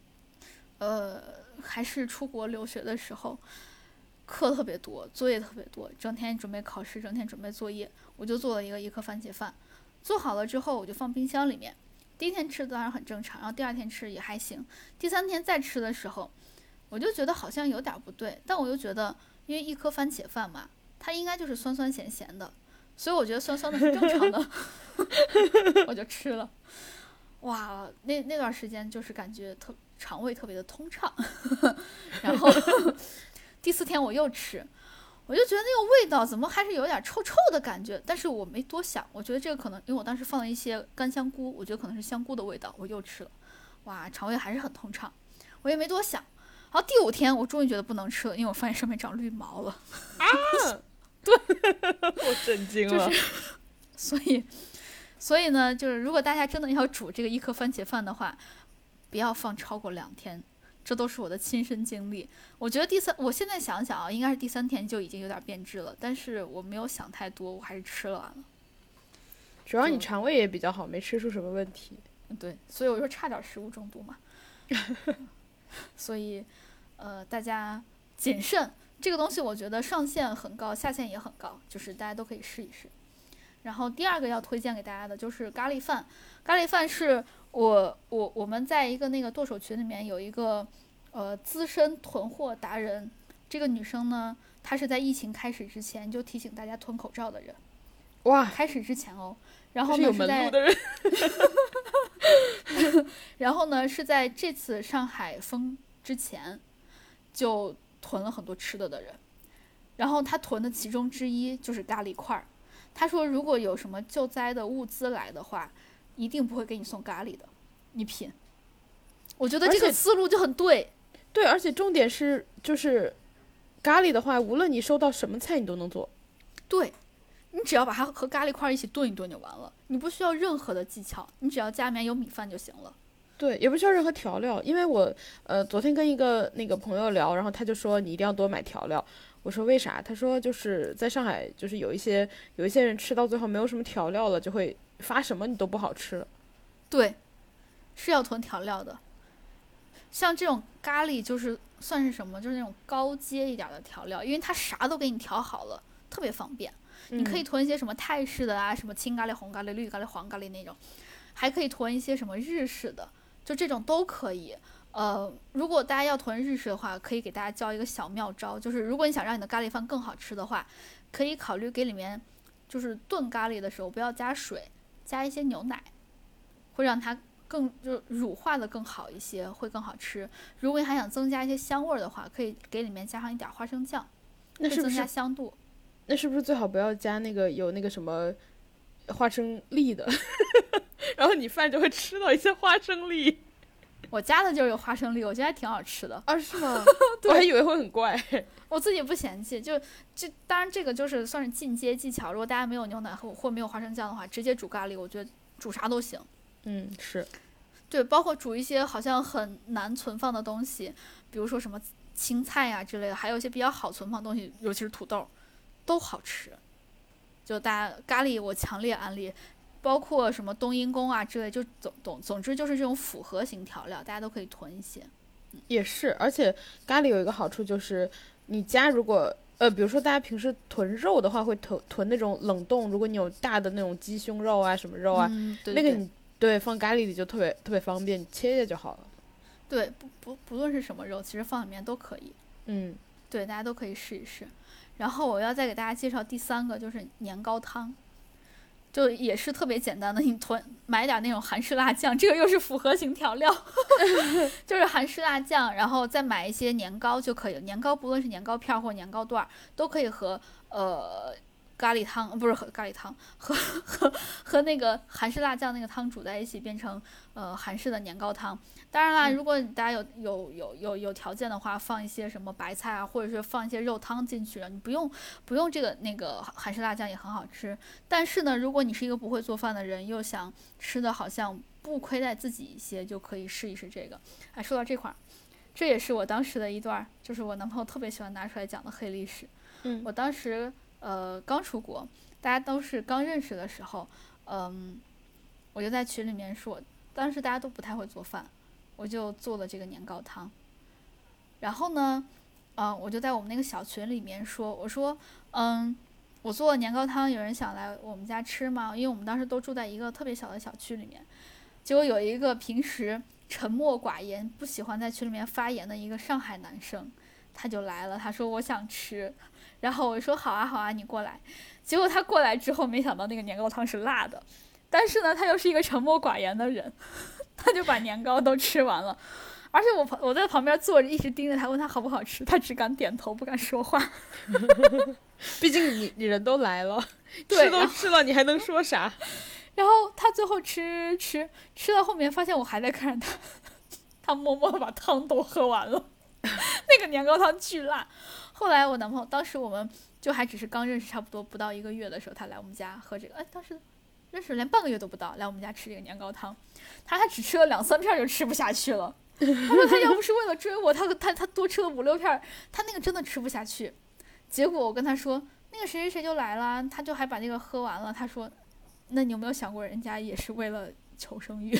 还是出国留学的时候，课特别多，作业特别多，整天准备考试，整天准备作业，我就做了一颗番茄饭，做好了之后我就放冰箱里面。第一天吃的当然很正常，然后第二天吃也还行，第三天再吃的时候，我就觉得好像有点不对，但我又觉得因为一颗番茄饭嘛，它应该就是酸酸咸咸的，所以我觉得酸酸的是正常的。我就吃了。哇，那段时间就是感觉肠胃特别的通畅。然后第4天我又吃，我就觉得那个味道怎么还是有点臭臭的感觉，但是我没多想，我觉得这个可能因为我当时放了一些干香菇，我觉得可能是香菇的味道，我又吃了。哇，肠胃还是很通畅，我也没多想。然后第5天我终于觉得不能吃了，因为我发现上面长绿毛了。对， 我震惊了。 所以呢，就是如果大家真的要煮这个一颗番茄饭的话，不要放超过2天， 这都是我的亲身经历。我觉得我现在想想啊，应该是第3天就已经有点变质了，但是我没有想太多，我还是吃了完了。 主要你肠胃也比较好，没吃出什么问题。 对，所以我说差点食物中毒嘛。所以大家谨慎，这个东西我觉得上限很高，下限也很高，就是大家都可以试一试。然后第二个要推荐给大家的就是咖喱饭。咖喱饭是我们在一个那个剁手群里面有一个资深囤货达人，这个女生呢，她是在疫情开始之前就提醒大家囤口罩的人。 哇， 开始之前哦，然后呢是有门路的人然后呢是在这次上海封之前就囤了很多吃的人，然后他囤的其中之一就是咖喱块儿。他说如果有什么救灾的物资来的话，一定不会给你送咖喱的，你品。我觉得这个思路就很对。 对，而且重点是就是咖喱的话，无论你收到什么菜你都能做。 对，你只要把它和咖喱块一起炖一炖就完了，你不需要任何的技巧，你只要家里面有米饭就行了。 对，也不需要任何调料。因为我昨天跟一个那个朋友聊，然后他就说你一定要多买调料。我说为啥？他说就是在上海，就是有一些人吃到最后没有什么调料了，就会发什么你都不好吃了。 对，是要囤调料的。像这种咖喱就是算是什么，就是那种高阶一点的调料，因为它啥都给你调好了，特别方便。你可以囤一些什么泰式的啊，什么青咖喱、红咖喱、绿咖喱、黄咖喱那种，还可以囤一些什么日式的，就这种都可以。如果大家要囤日式的话，可以给大家教一个小妙招，就是如果你想让你的咖喱饭更好吃的话，可以考虑给里面就是炖咖喱的时候不要加水，加一些牛奶，会让它更就乳化的更好一些，会更好吃。如果你还想增加一些香味的话，可以给里面加上一点花生酱， 那是不是增加香度？ 那是不是最好不要加那个有那个什么花生粒的然后你饭就会吃到一些花生粒。 我加的就是有花生粒，我觉得还挺好吃的。 啊，是吗？我还以为会很怪。 我自己不嫌弃，就当然这个就是算是进阶技巧。如果大家没有牛奶或没有花生酱的话，直接煮咖喱，我觉得煮啥都行。 是。 对，包括煮一些好像很难存放的东西，比如说什么青菜呀之类的，还有一些比较好存放的东西，尤其是土豆，都好吃。就大家咖喱，我强烈安利。包括什么冬阴功啊之类，就总之就是这种复合型调料，大家都可以囤一些。 也是，而且咖喱有一个好处就是，你家如果比如说大家平时囤肉的话，会囤那种冷冻，如果你有大的那种鸡胸肉啊什么肉啊， 对那个你放咖喱里就特别方便，你切切就好了。 对，不论是什么肉，其实放里面都可以。对，大家都可以试一试。然后我要再给大家介绍第3个，就是年糕汤。就也是特别简单的，你买点那种韩式辣酱，这个又是复合型调料就是韩式辣酱，然后再买一些年糕就可以了。年糕不论是年糕片或年糕段都可以和咖喱汤不是和咖喱汤和那个韩式辣酱那个汤煮在一起，变成韩式的年糕汤。当然啦，如果大家有条件的话，放一些什么白菜啊，或者是放一些肉汤进去了，你不用这个那个韩式辣酱也很好吃。但是呢，如果你是一个不会做饭的人，又想吃的好像不亏待自己一些，就可以试一试这个。说到这块儿，这也是我当时的一段，就是我男朋友特别喜欢拿出来讲的黑历史。我当时刚出国，大家都是刚认识的时候，我就在群里面说，当时大家都不太会做饭，我就做了这个年糕汤。然后呢，我就在我们那个小群里面说，我说，我做了年糕汤，有人想来我们家吃吗？因为我们当时都住在一个特别小的小区里面。结果有一个平时沉默寡言、不喜欢在群里面发言的一个上海男生，他就来了，他说我想吃。然后我说好啊好啊，你过来。结果他过来之后，没想到那个年糕汤是辣的，但是呢他又是一个沉默寡言的人，他就把年糕都吃完了。而且我在旁边坐着，一直盯着他，问他好不好吃，他只敢点头不敢说话毕竟你人都来了， 对， 吃都吃了，你还能说啥？ 然后他最后吃到后面，发现我还在看着他，他默默地把汤都喝完了那个年糕汤巨辣。后来我男朋友，当时我们就还只是刚认识，差不多不到1个月的时候，他来我们家喝这个，当时认识连半个月都不到，来我们家吃这个年糕汤，他还只吃了2-3片就吃不下去了， 他说他要不是为了追我，他多吃了5-6片，他那个真的吃不下去。结果我跟他说那个谁谁谁就来了，他就还把那个喝完了。他说那你有没有想过人家也是为了求生欲？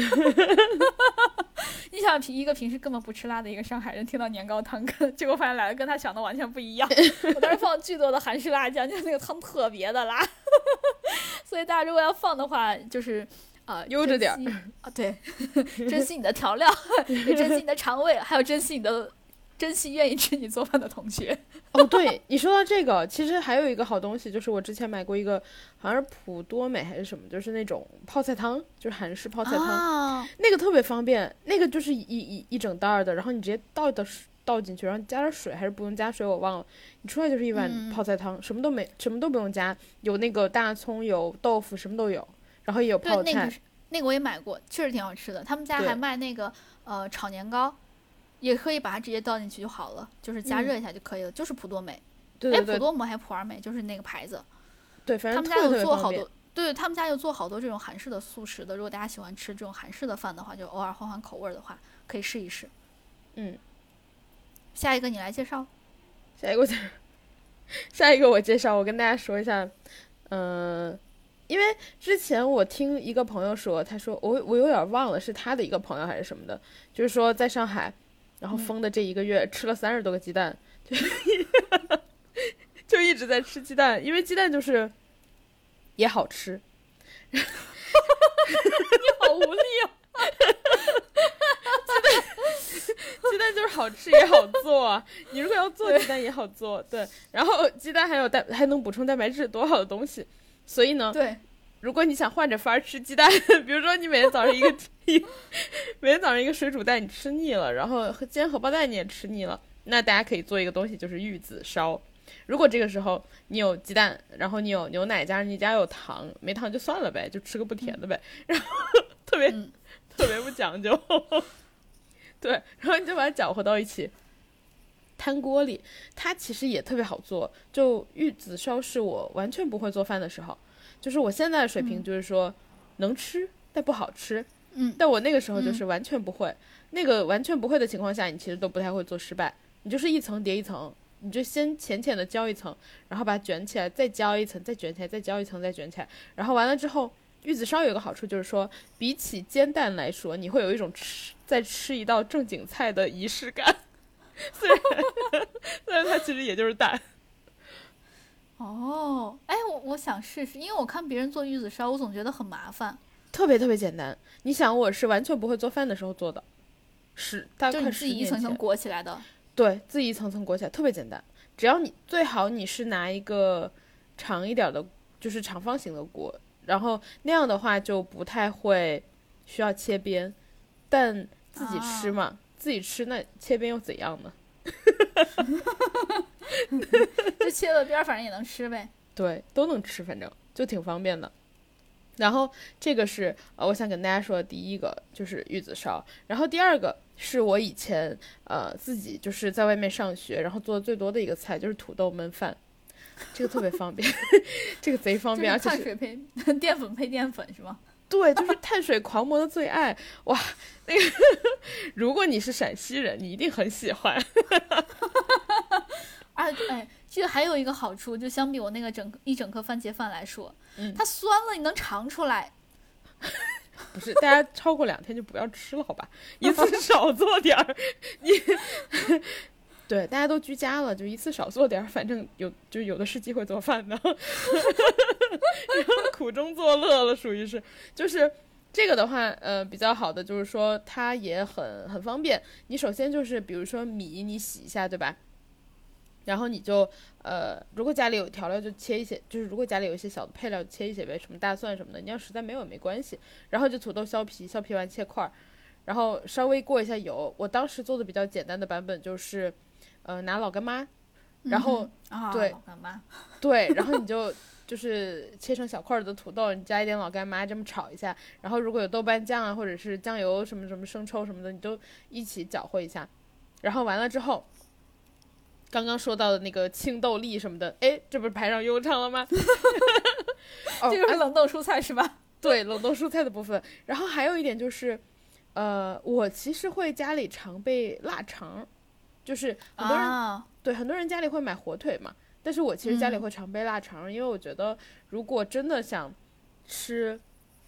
你想一个平时根本不吃辣的一个上海人听到年糕汤，结果发现来了跟他想的完全不一样。我当时放了巨多的韩式辣酱，就那个汤特别的辣。所以大家如果要放的话，就是悠着点啊，对，珍惜你的调料，也珍惜你的肠胃，还有珍惜愿意吃你做饭的同学。 哦，对，你说到这个，其实还有一个好东西，就是我之前买过一个，好像是普多美还是什么，就是那种泡菜汤，就是韩式泡菜汤，那个特别方便，那个就是一整袋的，然后你直接倒进去，然后加点水还是不用加水我忘了，你出来就是一碗泡菜汤，什么都不用加，有那个大葱，有豆腐，什么都有，然后也有泡菜。 那个我也买过，确实挺好吃的。他们家还卖那个炒年糕，也可以把它直接倒进去就好了，就是加热一下就可以了，就是普多美。 对， 普多美还是普尔美，就是那个牌子。 对，反正他们家有做好多，对他们家有做好多这种韩式的速食的。如果大家喜欢吃这种韩式的饭的话，就偶尔换换口味的话，可以试一试。下一个你来介绍。 下一个我介绍，我跟大家说一下，因为之前我听一个朋友说，他说我有点忘了是他的一个朋友还是什么的，就是说在上海，然后封的这1个月吃了30多个鸡蛋，就一直在吃鸡蛋，因为鸡蛋就是也好吃。 你好无力哦。 鸡蛋就是好吃也好做，你如果要做鸡蛋也好做，对。然后鸡蛋还能补充蛋白质，多好的东西。所以呢， 对， 如果你想换着法儿吃鸡蛋，比如说你每天早上每天早上一个水煮蛋你吃腻了，然后煎荷包蛋你也吃腻了，那大家可以做一个东西，就是玉子烧。如果这个时候你有鸡蛋，然后你有牛奶，加上你家有糖，没糖就算了呗，就吃个不甜的呗，然后特别不讲究。对，然后你就把它搅和到一起，摊锅里，它其实也特别好做。就玉子烧是我完全不会做饭的时候，就是我现在的水平就是说能吃但不好吃，但我那个时候就是完全不会。那个完全不会的情况下，你其实都不太会做失败，你就是一层叠一层，你就先浅浅的浇一层，然后把它卷起来，再浇一层，再卷起来，再浇一层，再卷起来，然后完了之后。玉子烧有个好处就是说，比起煎蛋来说，你会有一种在吃一道正经菜的仪式感。虽然它其实也就是蛋。 哦，哎，我想试试，因为我看别人做玉子烧，我总觉得很麻烦。 特别简单，你想我是完全不会做饭的时候做的，大概就你自己一层层裹起来的。 对，自己一层层裹起来，特别简单。只要你最好你是拿一个长一点的，就是长方形的锅。然后那样的话就不太会需要切边，但自己吃嘛，自己吃那切边又怎样呢？ 就切了边反正也能吃呗。 对，都能吃，反正就挺方便的。然后这个是我想跟大家说的第一个，就是玉子烧。然后第二个是我以前自己就是在外面上学，然后做的最多的一个菜就是土豆焖饭。这个特别方便，这个贼方便，而且碳水配淀粉配淀粉是吗？ 对，就是碳水狂魔的最爱。哇，那个如果你是陕西人，你一定很喜欢。 哎，这个还有一个好处，就相比我那个一整颗番茄饭来说，它酸了，你能尝出来。 不是，大家超过2天就不要吃了，好吧？一次少做点儿，对，大家都居家了，就一次少做点，反正有的是机会做饭的，苦中作乐了，属于是。就是这个的话，比较好的就是说它也很方便。你首先就是比如说米，你洗一下，对吧？然后你就如果家里有调料就切一些，就是如果家里有一些小的配料就切一些呗，什么大蒜什么的。你要实在没有也没关系。然后就土豆削皮完切块，然后稍微过一下油。我当时做的比较简单的版本就是。拿老干妈，然后、对老干妈， 对，然后你就是切成小块的土豆，你加一点老干妈，这么炒一下，然后如果有豆瓣酱啊，或者是酱油什么什么生抽什么的，你都一起搅和一下，然后完了之后，刚刚说到的那个青豆粒什么的，哎，这不是排上用场了吗？ 这就是冷冻蔬菜是吧？ 对，冷冻蔬菜的部分。然后还有一点就是， 我其实会家里常备腊肠，就是很多人、对很多人家里会买火腿嘛，但是我其实家里会常备腊肠，因为我觉得如果真的想吃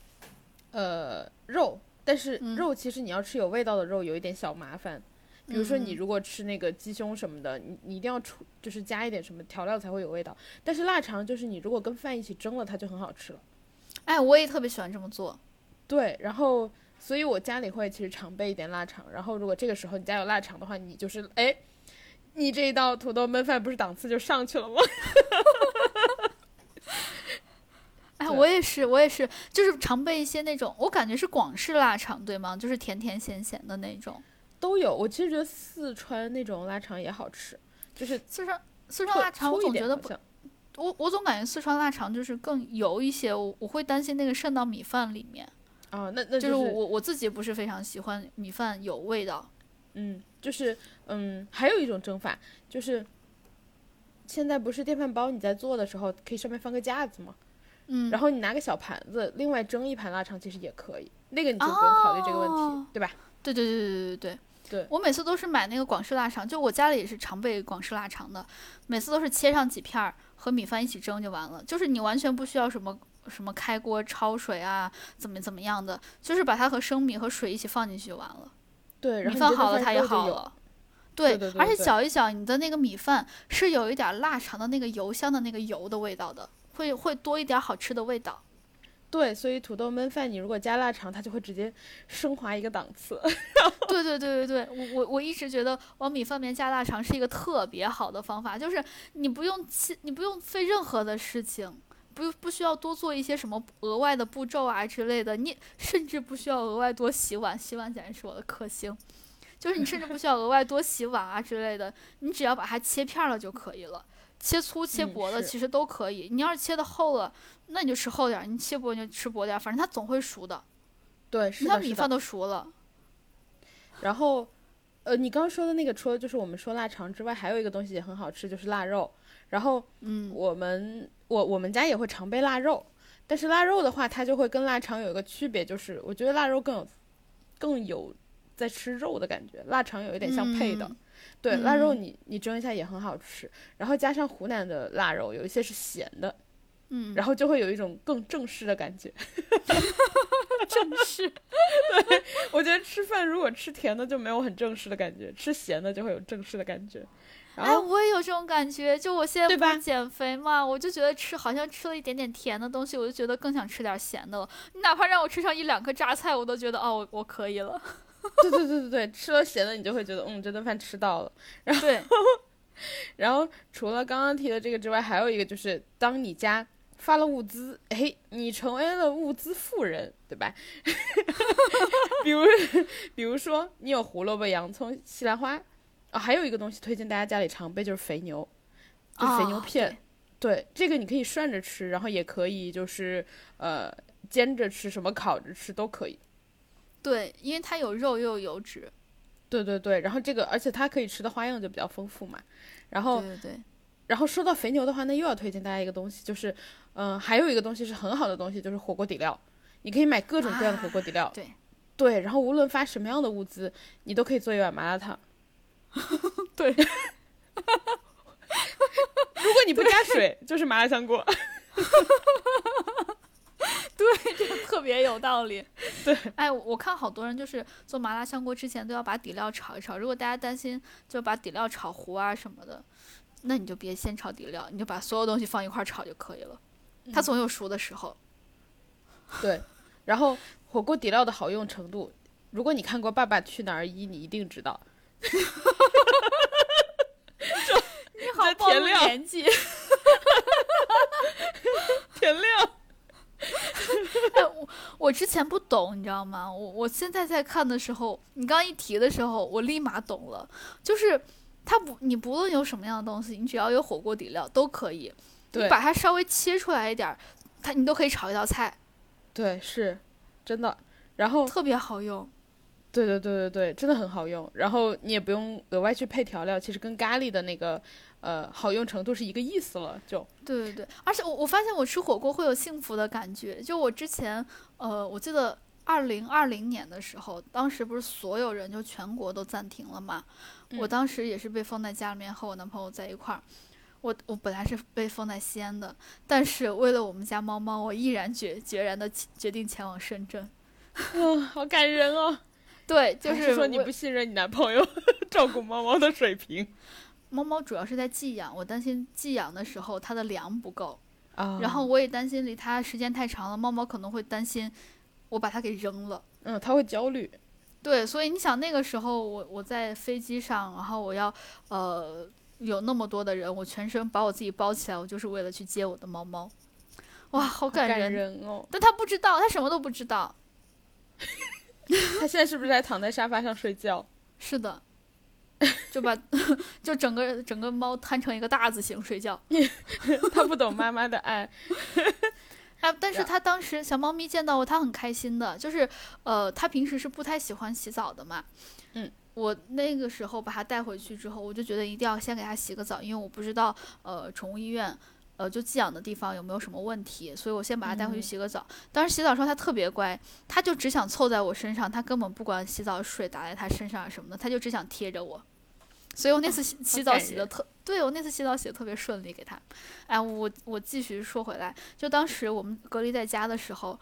肉，但是肉其实你要吃有味道的肉有一点小麻烦。比如说你如果吃那个鸡胸什么的，你一定要就是加一点什么调料才会有味道。但是腊肠就是你如果跟饭一起蒸了，它就很好吃了。 哎，我也特别喜欢这么做。 对，然后所以我家里会其实常备一点腊肠。然后如果这个时候你家有腊肠的话，你就是你这一道土豆焖饭不是档次就上去了吗？ 哎，我也是，就是常备一些那种，我感觉是广式腊肠，对吗？就是甜甜咸咸的那种。 都有，我其实觉得四川那种腊肠也好吃，就是四川腊肠，我总觉得不，我总感觉四川腊肠就是更油一些，我会担心那个渗到米饭里面。 那就是我自己不是非常喜欢米饭有味道。 就是还有一种蒸法，就是现在不是电饭煲你在做的时候可以上面放个架子吗？然后你拿个小盘子，另外蒸一盘腊肠其实也可以，那个你就不用考虑这个问题，对吧？ 对，我每次都是买那个广式腊肠，就我家里也是常备广式腊肠的，每次都是切上几片和米饭一起蒸就完了，就是你完全不需要什么开锅焯水啊，怎么样的，就是把它和生米和水一起放进去就完了。 对，然后米饭好了它也好了。 对， 而且搅一搅，你的那个米饭是有一点腊肠的那个油香的那个油的味道的，会多一点好吃的味道。 对，所以土豆焖饭你如果加腊肠，它就会直接升华一个档次。 对，我一直觉得往米饭里面加腊肠是一个特别好的方法，就是你不用费任何的事情，不需要多做一些什么额外的步骤啊之类的，你甚至不需要额外多洗碗，洗碗简直是我的克星。就是你甚至不需要额外多洗碗啊之类的，你只要把它切片了就可以了。切粗切薄的其实都可以，你要是切的厚了，那你就吃厚点；你切薄你就吃薄点，反正它总会熟的。 对，是的， 它米饭都熟了。 然后，你刚刚说的那个，除了就是我们说腊肠之外，还有一个东西也很好吃，就是腊肉。然后，我们家也会常备腊肉，但是腊肉的话，它就会跟腊肠有一个区别，就是我觉得腊肉更有在吃肉的感觉，腊肠有一点像配的。对，腊肉你蒸一下也很好吃，然后加上湖南的腊肉，有一些是咸的，然后就会有一种更正式的感觉。 正式。 对，我觉得吃饭如果吃甜的就没有很正式的感觉，吃咸的就会有正式的感觉。 我也有这种感觉，就我现在不是减肥嘛，我就觉得好像吃了一点点甜的东西，我就觉得更想吃点咸的了。你哪怕让我吃上1-2颗榨菜，我都觉得我可以了。 对，吃了咸的你就会觉得这顿饭吃到了。然后除了刚刚提的这个之外，还有一个就是当你家发了物资，你成为了物资富人，对吧？比如说你有胡萝卜、洋葱、西兰花，还有一个东西推荐大家家里常备，就是肥牛，就是肥牛片。对，这个你可以涮着吃，然后也可以就是煎着吃，什么烤着吃都可以。 对，因为它有肉又有油脂。 对，然后这个而且它可以吃的花样就比较丰富嘛。然后对。 然后说到肥牛的话，那又要推荐大家一个东西，就是还有一个东西是很好的东西，就是火锅底料。你可以买各种各样的火锅底料。对，然后无论发什么样的物资，你都可以做一碗麻辣烫。 对。 如果你不加水，就是麻辣香锅。 对，这个特别有道理。 对， 我看好多人就是做麻辣香锅之前都要把底料炒一炒。如果大家担心就把底料炒糊啊什么的，那你就别先炒底料，你就把所有东西放一块炒就可以了。它总有熟的时候。 对，然后火锅底料的好用程度，如果你看过《爸爸去哪儿1》，你一定知道。 你好，暴露年纪。 甜料。 我之前不懂，你知道吗？我现在在看的时候，你刚一提的时候，我立马懂了。就是你不论有什么样的东西，你只要有火锅底料都可以。你把它稍微切出来一点，你都可以炒一道菜。 对，是真的。然后特别好用。 对，真的很好用。然后你也不用额外去配调料，其实跟咖喱的那个好用程度是一个意思了。就对，而且我发现我吃火锅会有幸福的感觉。就我之前我记得 2020年的时候，当时不是所有人就全国都暂停了嘛？我当时也是被封在家里面，和我男朋友在一块儿。我本来是被封在西安的，但是为了我们家猫猫，我毅然决然的决定前往深圳。 好感人哦。 对，就是说你不信任你男朋友照顾猫猫的水平。 猫猫主要是在寄养，我担心寄养的时候它的粮不够，然后哦， 我也担心离它时间太长了，猫猫可能会担心我把它给扔了。 它会焦虑。 对，所以你想那个时候我在飞机上，然后我要有那么多的人，我全身把我自己包起来，我就是为了去接我的猫猫。哇，好感人哦！ 但他不知道，他什么都不知道。 他现在是不是还躺在沙发上睡觉？ 是的，就整个猫摊成一个大字形睡觉。 他不懂妈妈的爱。 但是他当时小猫咪见到我，它很开心的，就是它平时是不太喜欢洗澡的嘛。我那个时候把它带回去之后，我就觉得一定要先给它洗个澡，因为我不知道宠物医院就寄养的地方有没有什么问题，所以我先把它带回去洗个澡。当时洗澡的时候它特别乖，它就只想凑在我身上，它根本不管洗澡水打在它身上什么的，它就只想贴着我。所以我那次洗澡洗的对，我那次洗澡洗的特别顺利给他。哎，我继续说回来，就当时我们隔离在家的时候，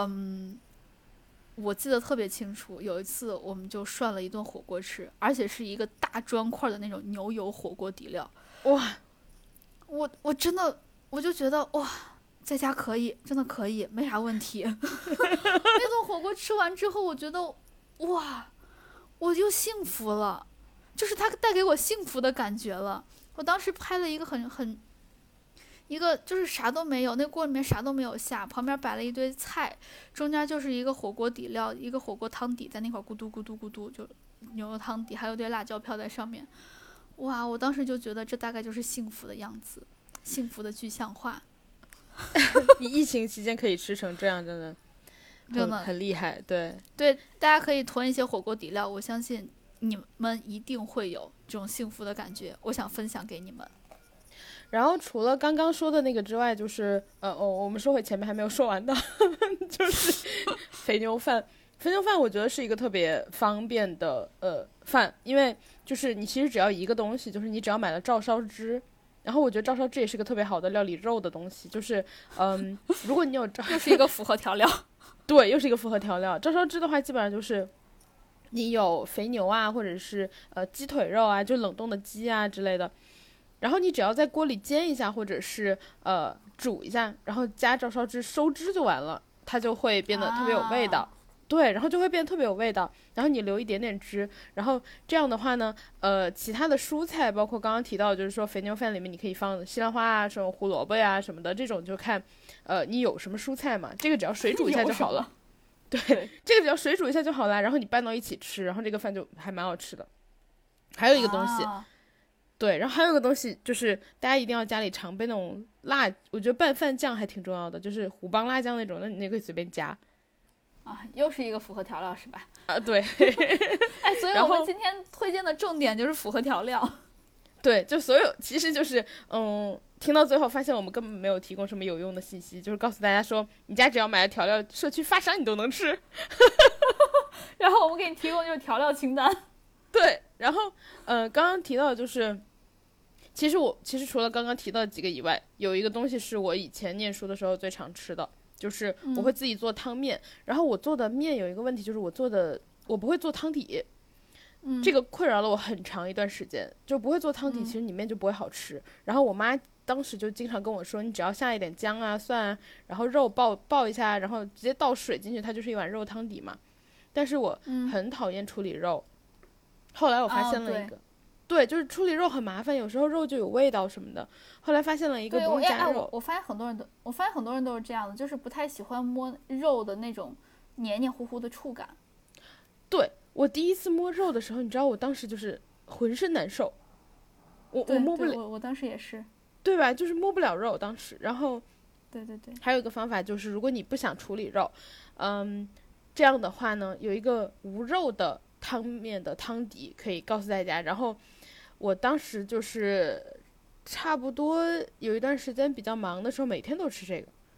我记得特别清楚，有一次我们就涮了一顿火锅吃，而且是一个大砖块的那种牛油火锅底料。 哇， 我真的我就觉得哇，在家可以，真的可以，没啥问题。那顿火锅吃完之后，我觉得哇，我就幸福了。就是它带给我幸福的感觉了。我当时拍了一个一个就是啥都没有，那锅里面啥都没有下，旁边摆了一堆菜，中间就是一个火锅底料，一个火锅汤底在那块咕嘟咕嘟咕嘟，就牛肉汤底，还有堆辣椒飘在上面。哇，我当时就觉得这大概就是幸福的样子，幸福的具象化。 你疫情期间可以吃成这样，真的很厉害。对， 大家可以囤一些火锅底料，我相信你们一定会有这种幸福的感觉，我想分享给你们。 然后除了刚刚说的那个之外，就是我们说回前面还没有说完的，就是肥牛饭。肥牛饭我觉得是一个特别方便的饭，因为就是你其实只要一个东西，就是你只要买了照烧汁。然后我觉得照烧汁也是个特别好的料理肉的东西，就是如果你有又是一个复合调料。 对，又是一个复合调料。照烧汁的话基本上就是你有肥牛啊，或者是鸡腿肉啊，就冷冻的鸡啊之类的，然后你只要在锅里煎一下，或者是煮一下，然后加照烧汁收汁就完了，它就会变得特别有味道。对，然后就会变得特别有味道。然后你留一点点汁，然后这样的话呢，其他的蔬菜，包括刚刚提到，就是说肥牛饭里面你可以放西兰花啊，什么胡萝卜呀什么的，这种就看你有什么蔬菜嘛，这个只要水煮一下就好了。对，这个只要水煮一下就好了，然后你拌到一起吃，然后这个饭就还蛮好吃的。还有一个东西，对，然后还有一个东西就是大家一定要家里常备那种辣，我觉得拌饭酱还挺重要的，就是虎帮辣酱那种，那你可以随便加。 又是一个复合调料是吧？ 对。 哎，所以我们今天推荐的重点就是复合调料。 对，就所有其实就是听到最后发现我们根本没有提供什么有用的信息，就是告诉大家说你家只要买了调料，社区发啥你都能吃。 然后我们给你提供就是调料清单。 对，然后刚刚提到的就是其实除了刚刚提到的几个以外，有一个东西是我以前念书的时候最常吃的，就是我会自己做汤面。然后我做的面有一个问题，就是我不会做汤底。这个困扰了我很长一段时间，就不会做汤底，其实你面就不会好吃。然后我妈当时就经常跟我说，你只要下一点姜啊蒜啊，然后肉爆一下，然后直接倒水进去，它就是一碗肉汤底嘛。但是我很讨厌处理肉。后来我发现了一个对，就是处理肉很麻烦，有时候肉就有味道什么的。后来发现了一个不用加肉。 我发现很多人都是这样的，就是不太喜欢摸肉的那种黏黏糊糊的触感。 对，我第一次摸肉的时候，你知道我当时就是浑身难受，我摸不了。 我当时也是， 对吧？就是摸不了肉当时。然后对， 还有一个方法就是，如果你不想处理肉，这样的话呢，有一个无肉的汤面的汤底可以告诉大家。然后我当时就是差不多有一段时间比较忙的时候，每天都吃这个。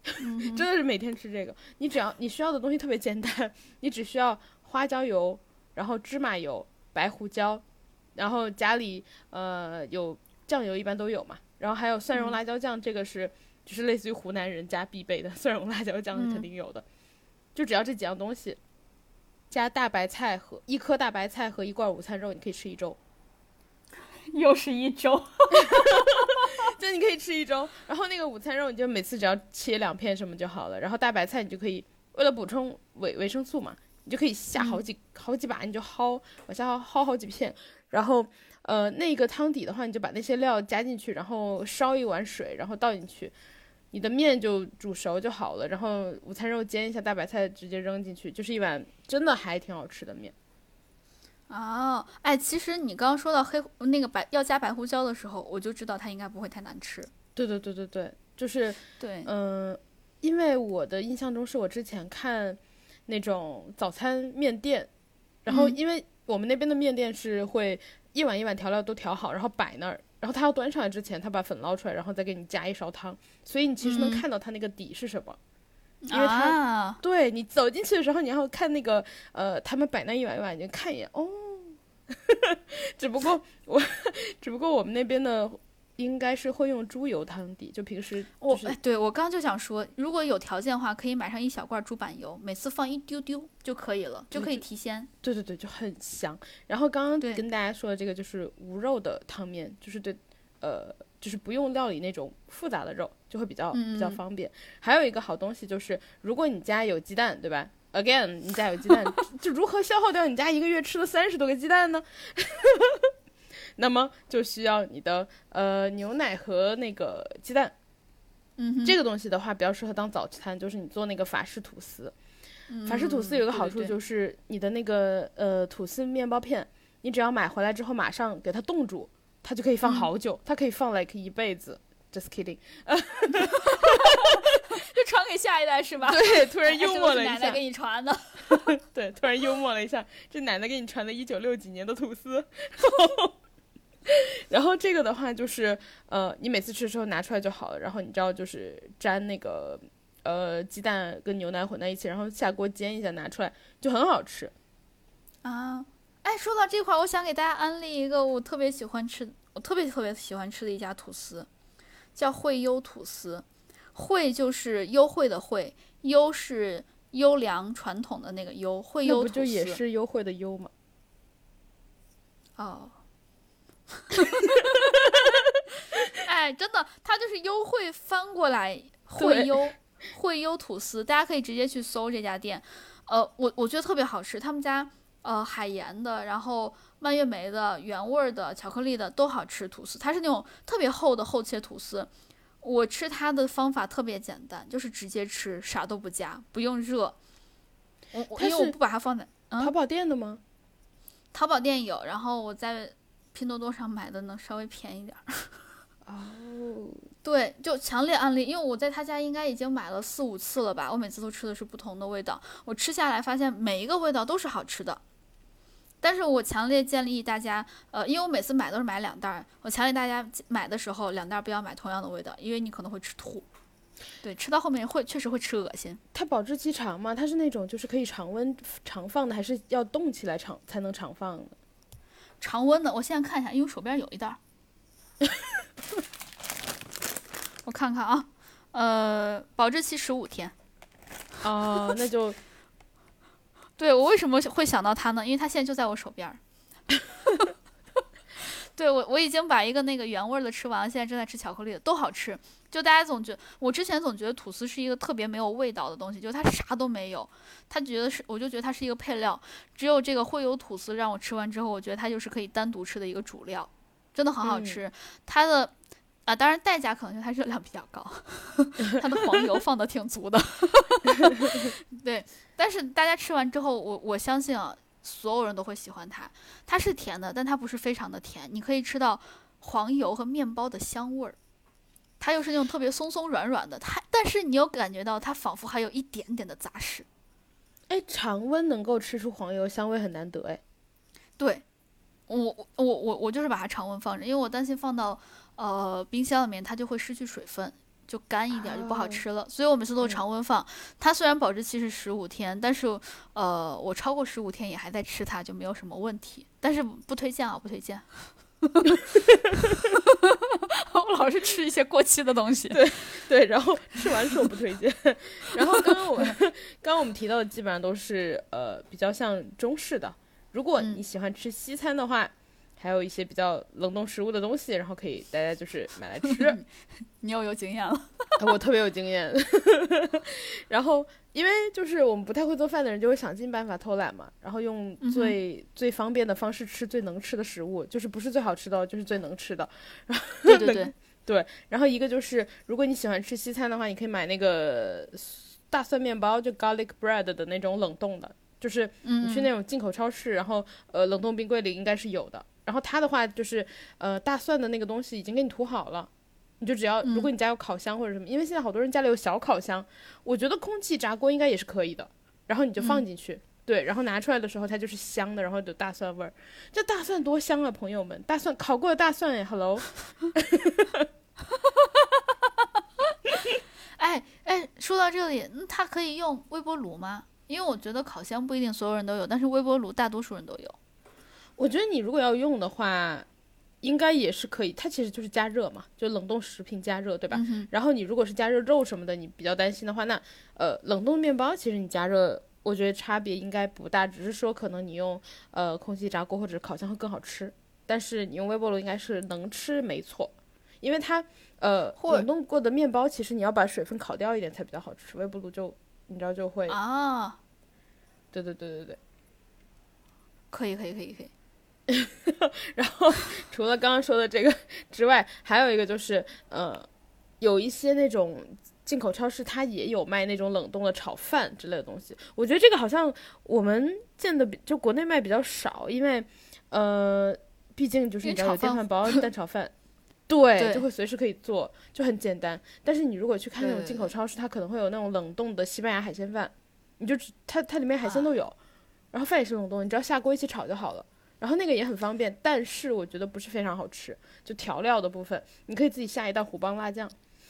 真的是每天吃这个。你需要的东西特别简单，你只需要花椒油，然后芝麻油、白胡椒，然后家里有酱油一般都有嘛，然后还有蒜蓉辣椒酱，这个是就是类似于湖南人家必备的蒜蓉辣椒酱是肯定有的，就只要这几样东西，加大白菜和1颗大白菜和1罐午餐肉，你可以吃1周。 又是一周。 就你可以吃1周，然后那个午餐肉你就每次只要切2片什么就好了，然后大白菜你就可以为了补充维生素嘛，你就可以下好几把，你就往下薅好几片，然后那个汤底的话，你就把那些料加进去，然后烧一碗水，然后倒进去，你的面就煮熟就好了，然后午餐肉煎一下，大白菜直接扔进去，就是一碗真的还挺好吃的面。 哦，哎，其实你刚刚说到要加白胡椒的时候，我就知道它应该不会太难吃。 对，就是对， 因为我的印象中是我之前看那种早餐面店，然后因为我们那边的面店是会一碗一碗调料都调好，然后摆那儿，然后他要端上来之前，他把粉捞出来，然后再给你加一勺汤，所以你其实能看到它那个底是什么。因为它对你走进去的时候，你要看那个他们摆那一碗一碗，你就看一眼哦。只不过我们那边的应该是会用猪油汤底，就平时对，我刚刚就想说，如果有条件的话，可以买上1小罐猪板油，每次放一丢丢就可以了，就可以提鲜。 对，就很香。然后刚刚跟大家说的这个就是无肉的汤面，就是就是不用料理那种复杂的肉，就会比较方便。还有一个好东西就是，如果你家有鸡蛋，对吧 ？Again， 你家有鸡蛋，就如何消耗掉你家1个月吃了30多个鸡蛋呢？那么就需要你的牛奶和那个鸡蛋。这个东西的话比较适合当早餐，就是你做那个法式吐司。法式吐司有个好处就是你的那个吐司面包片，你只要买回来之后马上给它冻住，它就可以放好久，它可以放like一辈子。Just kidding， 就传给下一代是吧？ 对，突然幽默了一下， 奶奶给你传的。 对，突然幽默了一下，这奶奶给你传的1960几年的吐司。然后这个的话就是你每次吃的时候拿出来就好了，然后你知道就是沾那个鸡蛋跟牛奶混在一起，然后下锅煎一下拿出来就很好吃啊。哎，说到这块，我想给大家安利一个我特别喜欢吃的一家吐司，叫惠优吐司。惠就是优惠的惠，优是优良传统的那个优，惠优吐司。 那不就也是优惠的优吗？ 哦。哎，真的，它就是优惠翻过来惠优吐司，大家可以直接去搜这家店。我觉得特别好吃，他们家海盐的，然后蔓越莓的、原味的、巧克力的都好吃。吐司它是那种特别厚的厚切吐司，我吃它的方法特别简单，就是直接吃，啥都不加，不用热。因为我不把它放在淘宝店的吗？ 淘宝店有，然后我在拼多多上买的能稍微便宜点。对，就强烈安利，因为我在他家应该已经买了4、5次了吧，我每次都吃的是不同的味道，我吃下来发现每一个味道都是好吃的。但是我强烈建议大家，因为我每次买都是买2袋，我强烈大家买的时候2袋不要买同样的味道，因为你可能会吃吐。对，吃到后面确实会吃恶心。 它保质期长吗？它是那种就是可以常温常放的，还是要冻起来才能常放的？ 常温的，我现在看一下，因为我手边有一袋。我看看啊，保质期15天。 哦，那就对，我为什么会想到它呢？因为它现在就在我手边。对，我已经把一个那个原味的吃完了，现在正在吃巧克力的，都好吃。就大家我之前总觉得吐司是一个特别没有味道的东西，就是它啥都没有，我就觉得它是一个配料。只有这个惠优吐司让我吃完之后，我觉得它就是可以单独吃的一个主料，真的很好吃。它的当然代价可能就它热量比较高，它的黄油放的挺足的。对，但是大家吃完之后，我相信所有人都会喜欢它。它是甜的，但它不是非常的甜，你可以吃到黄油和面包的香味儿。它又是那种特别松松软软的，但是你又感觉到它仿佛还有一点点的杂食。 哎，常温能够吃出黄油香味很难得哎。 对，我就是把它常温放着，因为我担心放到冰箱里面它就会失去水分。 就干一点就不好吃了，所以我每次都常温放。它虽然保质期是15天，但是我超过15天也还在吃它，就没有什么问题。但是不推荐啊，不推荐。我老是吃一些过期的东西。 对，然后吃完说不推荐。然后刚刚我们提到的基本上都是比较像中式的。如果你喜欢吃西餐的话，还有一些比较冷冻食物的东西，然后可以大家就是买来吃。 你又有经验了。 我特别有经验。然后因为就是我们不太会做饭的人就会想尽办法偷懒嘛，然后用最方便的方式吃最能吃的食物，就是不是最好吃的就是最能吃的。对，然后一个就是如果你喜欢吃西餐的话，你可以买那个大蒜面包，就 garlic bread 的那种冷冻的，就是你去那种进口超市，然后冷冻冰柜里应该是有的。然后它的话就是大蒜的那个东西已经给你涂好了，你就只要如果你家有烤箱或者什么，因为现在好多人家里有小烤箱，我觉得空气炸锅应该也是可以的，然后你就放进去。对，然后拿出来的时候它就是香的，然后有大蒜味儿。这大蒜多香啊，朋友们！大蒜烤过的大蒜哎 ，hello。 哎，说到这里，它可以用微波炉吗？因为我觉得烤箱不一定所有人都有，但是微波炉大多数人都有。 我觉得你如果要用的话，应该也是可以。它其实就是加热嘛，就冷冻食品加热，对吧？然后你如果是加热肉什么的，你比较担心的话，那冷冻面包其实你加热，我觉得差别应该不大，只是说可能你用空气炸锅或者烤箱会更好吃，但是你用微波炉应该是能吃没错，因为它冷冻过的面包其实你要把水分烤掉一点才比较好吃，微波炉就你知道就会啊。 对， 可以。 然后除了刚刚说的这个之外，还有一个就是有一些那种进口超市它也有卖那种冷冻的炒饭之类的东西，我觉得这个好像我们见的就国内卖比较少，因为毕竟就是你知道有电饭煲蛋炒饭对，就会随时可以做，就很简单。但是你如果去看那种进口超市，它可能会有那种冷冻的西班牙海鲜饭，你就它里面海鲜都有，然后饭也是冷冻，你只要下锅一起炒就好了。然后那个也很方便，但是我觉得不是非常好吃。就调料的部分，你可以自己下一道虎帮辣酱。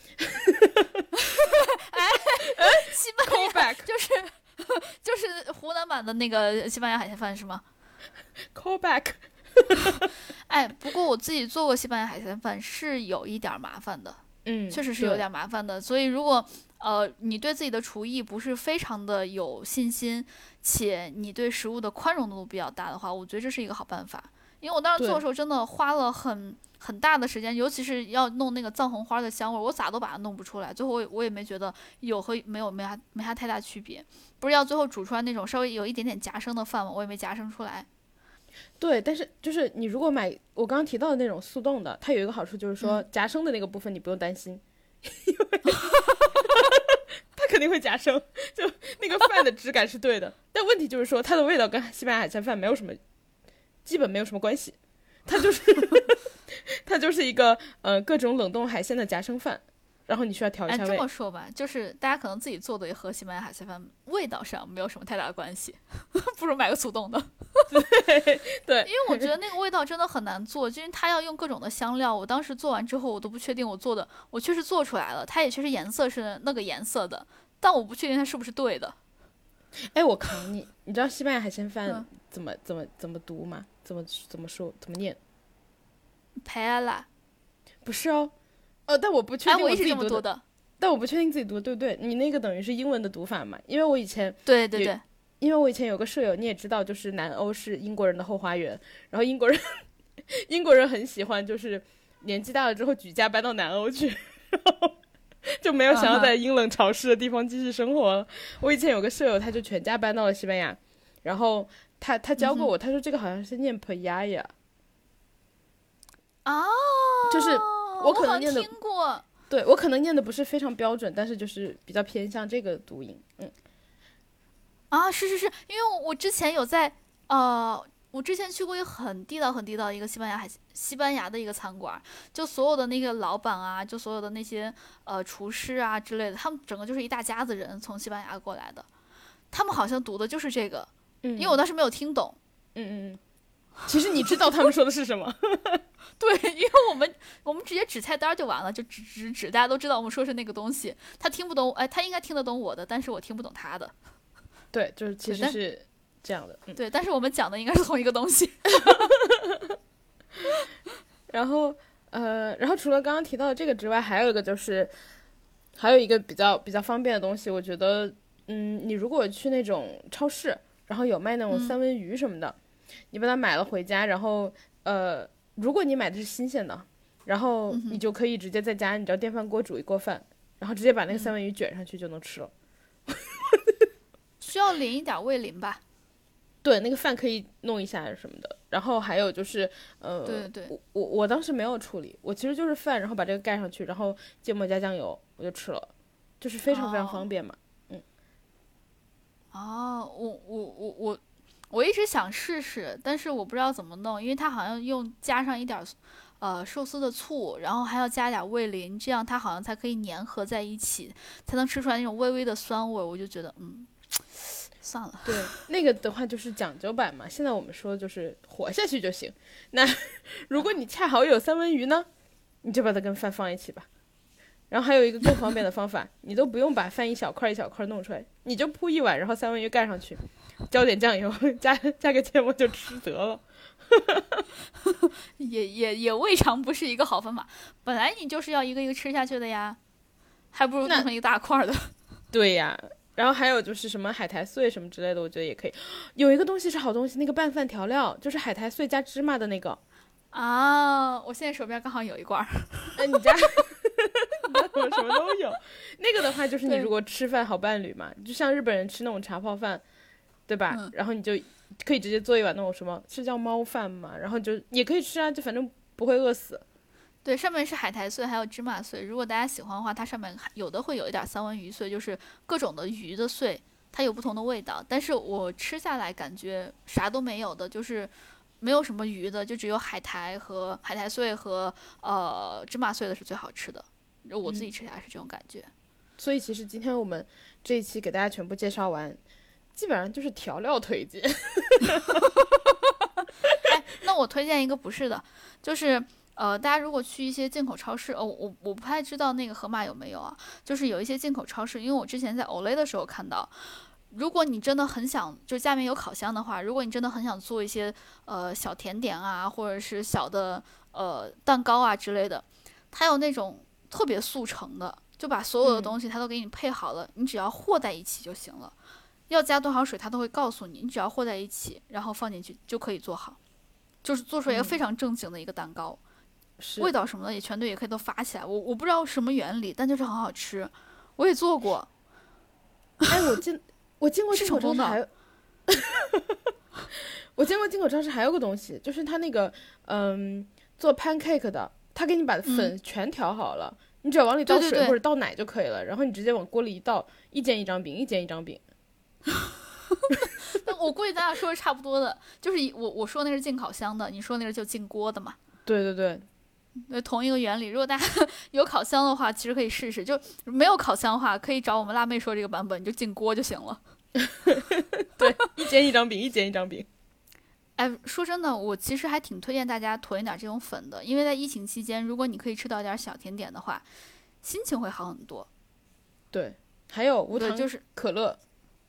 西班牙就是湖南版的那个西班牙海鲜饭是吗 ？Callback。 哎，不过我自己做过西班牙海鲜饭是有一点麻烦的，确实是有点麻烦的。所以如果你对自己的厨艺不是非常的有信心，且你对食物的宽容度比较大的话，我觉得这是一个好办法。因为我当时做的时候真的花了很大的时间，尤其是要弄那个藏红花的香味，我咋都把它弄不出来。最后我也没觉得有和没啥太大区别。不是要最后煮出来那种稍微有一点点夹生的饭吗？我也没夹生出来。 对，但是就是你如果买我刚刚提到的那种速冻的，它有一个好处就是说夹生的那个部分你不用担心，因为它肯定会夹生，就那个饭的质感是对的。但问题就是说它的味道跟西班牙海鲜饭基本没有什么关系，它就是一个各种冷冻海鲜的夹生饭，然后你需要调一下味。 这么说吧，就是大家可能自己做的也和西班牙海鲜饭味道上没有什么太大的关系，不如买个速冻的。 对， 因为我觉得那个味道真的很难做，就是它要用各种的香料。我当时做完之后，我都不确定我确实做出来了，它也确实颜色是那个颜色的，但我不确定它是不是对的。 哎，我考你，你知道西班牙海鲜饭怎么读吗？怎么说？怎么念 ？Paella。 不是哦，但我不确定我自己读的。 但我不确定自己读对不对。你那个等于是英文的读法嘛？因为我以前对。 因为我以前有个舍友，你也知道，就是南欧是英国人的后花园，然后英国人很喜欢，就是年纪大了之后举家搬到南欧去，然后就没有想要在阴冷潮湿的地方继续生活了。我以前有个舍友，他就全家搬到了西班牙，然后他教过我，他说这个好像是念 paella。就是我可能念的， 听过。 对，我可能念的不是非常标准，但是就是比较偏向这个读音。 是，因为我之前有在我之前去过一个很地道的一个西班牙的一个餐馆，就所有的那个老板啊，就所有的那些厨师啊之类的，他们整个就是一大家子人从西班牙过来的，他们好像读的就是这个，因为我当时没有听懂。 其实你知道他们说的是什么。 对，因为我们直接指菜单就完了，就指，大家都知道我们说是那个东西。他听不懂，哎，他应该听得懂我的，但是我听不懂他的。 对，就是其实是这样的。 对，但是我们讲的应该是同一个东西。 然后除了刚刚提到的这个之外，还有一个比较方便的东西，我觉得，你如果去那种超市，然后有卖那种三文鱼什么的，你把它买了回家，然后如果你买的是新鲜的，然后你就可以直接在家，你知道电饭锅煮一锅饭，然后直接把那个三文鱼卷上去就能吃了。 需要淋一点味淋吧？ 对，那个饭可以弄一下什么的。然后还有就是， 对， 我当时没有处理，我其实就是饭，然后把这个盖上去，然后芥末加酱油，我就吃了，就是非常非常方便嘛。 我一直想试试，但是我不知道怎么弄，因为它好像加上一点寿司的醋，然后还要加点味淋，这样它好像才可以粘合在一起，才能吃出来那种微微的酸味。我就觉得算了。 对，那个的话就是讲究版嘛。现在我们说就是活下去就行。那如果你恰好有三文鱼呢，你就把它跟饭放一起吧。然后还有一个更方便的方法，你都不用把饭一小块一小块弄出来，你就铺一碗，然后三文鱼盖上去，浇点酱油，加个芥末就吃得了。 也未尝不是一个好方法。本来你就是要一个一个吃下去的呀，还不如弄成一个大块的。 对呀。然后还有就是什么海苔碎什么之类的，我觉得也可以。有一个东西是好东西，那个拌饭调料，就是海苔碎加芝麻的那个。 啊，我现在手边刚好有一罐。 哎，你家我什么都有。那个的话就是你如果吃饭好伴侣嘛，就像日本人吃那种茶泡饭，对吧？然后你就可以直接做一碗那种什么是叫猫饭嘛，然后就也可以吃啊，就反正不会饿死。 对，上面是海苔碎，还有芝麻碎。如果大家喜欢的话，它上面有的会有一点三文鱼碎，就是各种的鱼的碎，它有不同的味道。但是我吃下来感觉啥都没有的，就是没有什么鱼的，就只有海苔碎和芝麻碎的是最好吃的。我自己吃下来是这种感觉。 所以其实今天我们这一期给大家全部介绍完，基本上就是调料推荐。 哎，那我推荐一个不是的，就是大家如果去一些进口超市，我不太知道那个盒马有没有啊，就是有一些进口超市，因为我之前在 Olay 的时候看到，如果你真的很想，就家里面有烤箱的话，如果你真的很想做一些小甜点啊，或者是小的蛋糕啊之类的，它有那种特别速成的，就把所有的东西它都给你配好了，你只要和在一起就行了。要加多少水它都会告诉你，你只要和在一起，然后放进去就可以做好，就是做出来一个非常正经的一个蛋糕。味道什么的也全都也可以都发起来，我不知道什么原理，但就是很好吃，我也做过。 哎，我见过进口超市还有，我见过进口超市还有个东西，就是它那个做 pancake 的，他给你把粉全调好了，你只要往里倒水或者倒奶就可以了，然后你直接往锅里一倒，一煎一张饼，一煎一张饼。 那我估计咱俩说的差不多的，就是我说那是进烤箱的，你说那是就进锅的嘛？ 对对对。 同一个原理，如果大家有烤箱的话，其实可以试试；就没有烤箱的话，可以找我们辣妹说这个版本，你就进锅就行了。 对，一煎一张饼，一煎一张饼。 哎，说真的，我其实还挺推荐大家囤一点这种粉的，因为在疫情期间，如果你可以吃到一点小甜点的话，心情会好很多。 对，还有无糖就是可乐。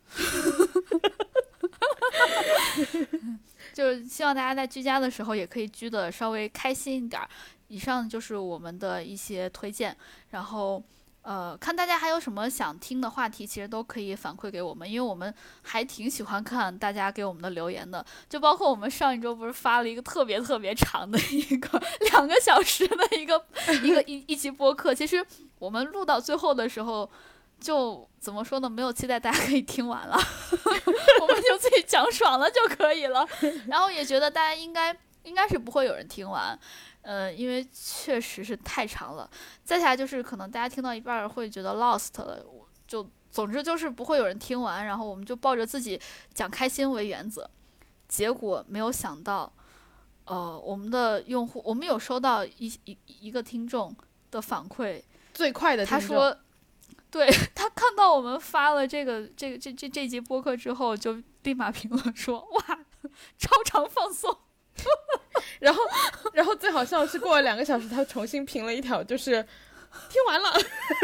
就是希望大家在居家的时候也可以居得稍微开心一点。以上就是我们的一些推荐，然后看大家还有什么想听的话题，其实都可以反馈给我们，因为我们还挺喜欢看大家给我们的留言的。就包括我们上一周不是发了一个特别特别长的一个2个小时的一期播客，其实我们录到最后的时候，就怎么说呢，没有期待大家可以听完了，我们就自己讲爽了就可以了。然后也觉得大家应该是不会有人听完。因为确实是太长了，再下来就是可能大家听到一半会觉得 lost 了，就总之就是不会有人听完，然后我们就抱着自己讲开心为原则，结果没有想到，我们的用户，我们有收到一个听众的反馈， 最快的听众， 他说，对，他看到我们发了这集播客之后，就立马评论说，哇，超长放送。 好笑是过了2个小时，他重新评了一条，就是听完了，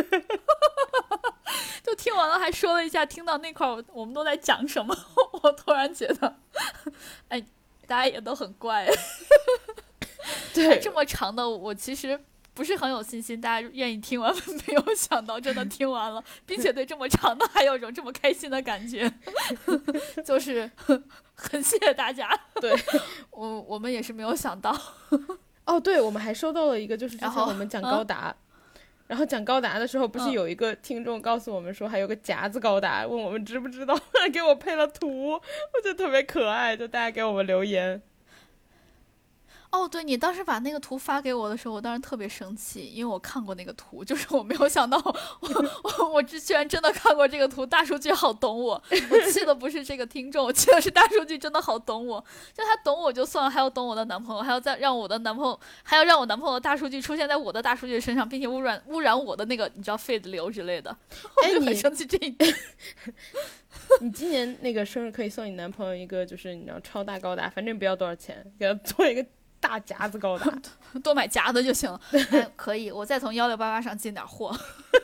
就听完了还说了一下，听到那块我们都在讲什么，我突然觉得，哎，大家也都很怪。 对， 这么长的我其实不是很有信心大家愿意听完，没有想到真的听完了，并且对这么长的还有种这么开心的感觉，就是很谢谢大家。 对， 我们也是没有想到。 哦，对，我们还收到了一个，就是之前我们讲高达，然后讲高达的时候，不是有一个听众告诉我们说还有个夹子高达，问我们知不知道，给我配了图，我觉得特别可爱，就大家给我们留言。 哦，对，你当时把那个图发给我的时候，我当时特别生气，因为我看过那个图，就是我没有想到我居然真的看过这个图，大数据好懂我。我气的不是这个听众，我气的是大数据真的好懂我。就他懂我就算了，还要懂我的男朋友，还要再让我的男朋友，还要让我男朋友的大数据出现在我的大数据身上，并且污染我的那个你知道 feed 流之类的。我就很生气这一点。 你今年那个生日可以送你男朋友一个，就是你知道超大高达，反正不要多少钱，给他做一个大夹子高达， 多买夹子就行了。哎，可以，我再从1688上进点货。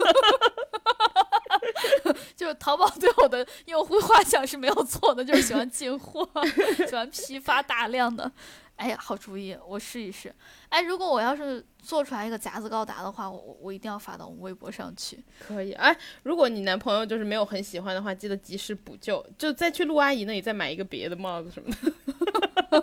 就是淘宝对我的用户画像是没有错的，就是喜欢进货，喜欢批发大量的。哎，好主意，我试一试。哎，如果我要是做出来一个夹子高达的话，我一定要发到我们微博上去。 可以。哎，如果你男朋友就是没有很喜欢的话，记得及时补救，就再去陆阿姨那里再买一个别的帽子什么的。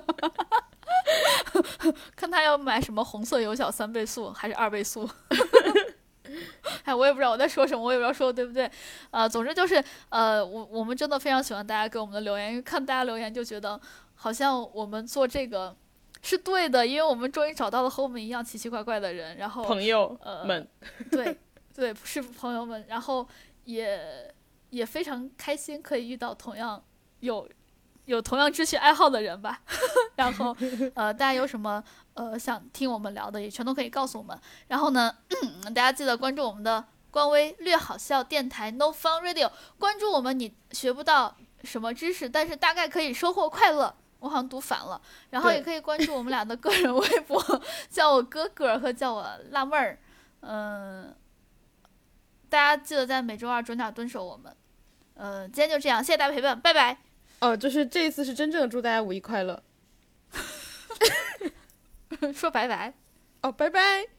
看他要买什么红色有小3倍速还是2倍速。哎，我也不知道我在说什么，我也不知道说的对不对。总之就是我们真的非常喜欢大家给我们的留言，因为看大家留言就觉得好像我们做这个是对的，因为我们终于找到了和我们一样奇奇怪怪的人，然后朋友们， 对对，是朋友们，然后也非常开心可以遇到同样有同样志趣爱好的人吧。然后大家有什么想听我们聊的也全都可以告诉我们。然后呢大家记得关注我们的官微略好笑电台 No Fun Radio， 关注我们，你学不到什么知识，但是大概可以收获快乐。我好像读反了。然后也可以关注我们俩的个人微博，叫我哥哥和叫我辣妹儿。大家记得在每周2准点蹲守我们。今天就这样，谢谢大家陪伴，拜拜。 哦，就是这一次是真正的祝大家5一快乐。 说拜拜。 哦，拜拜。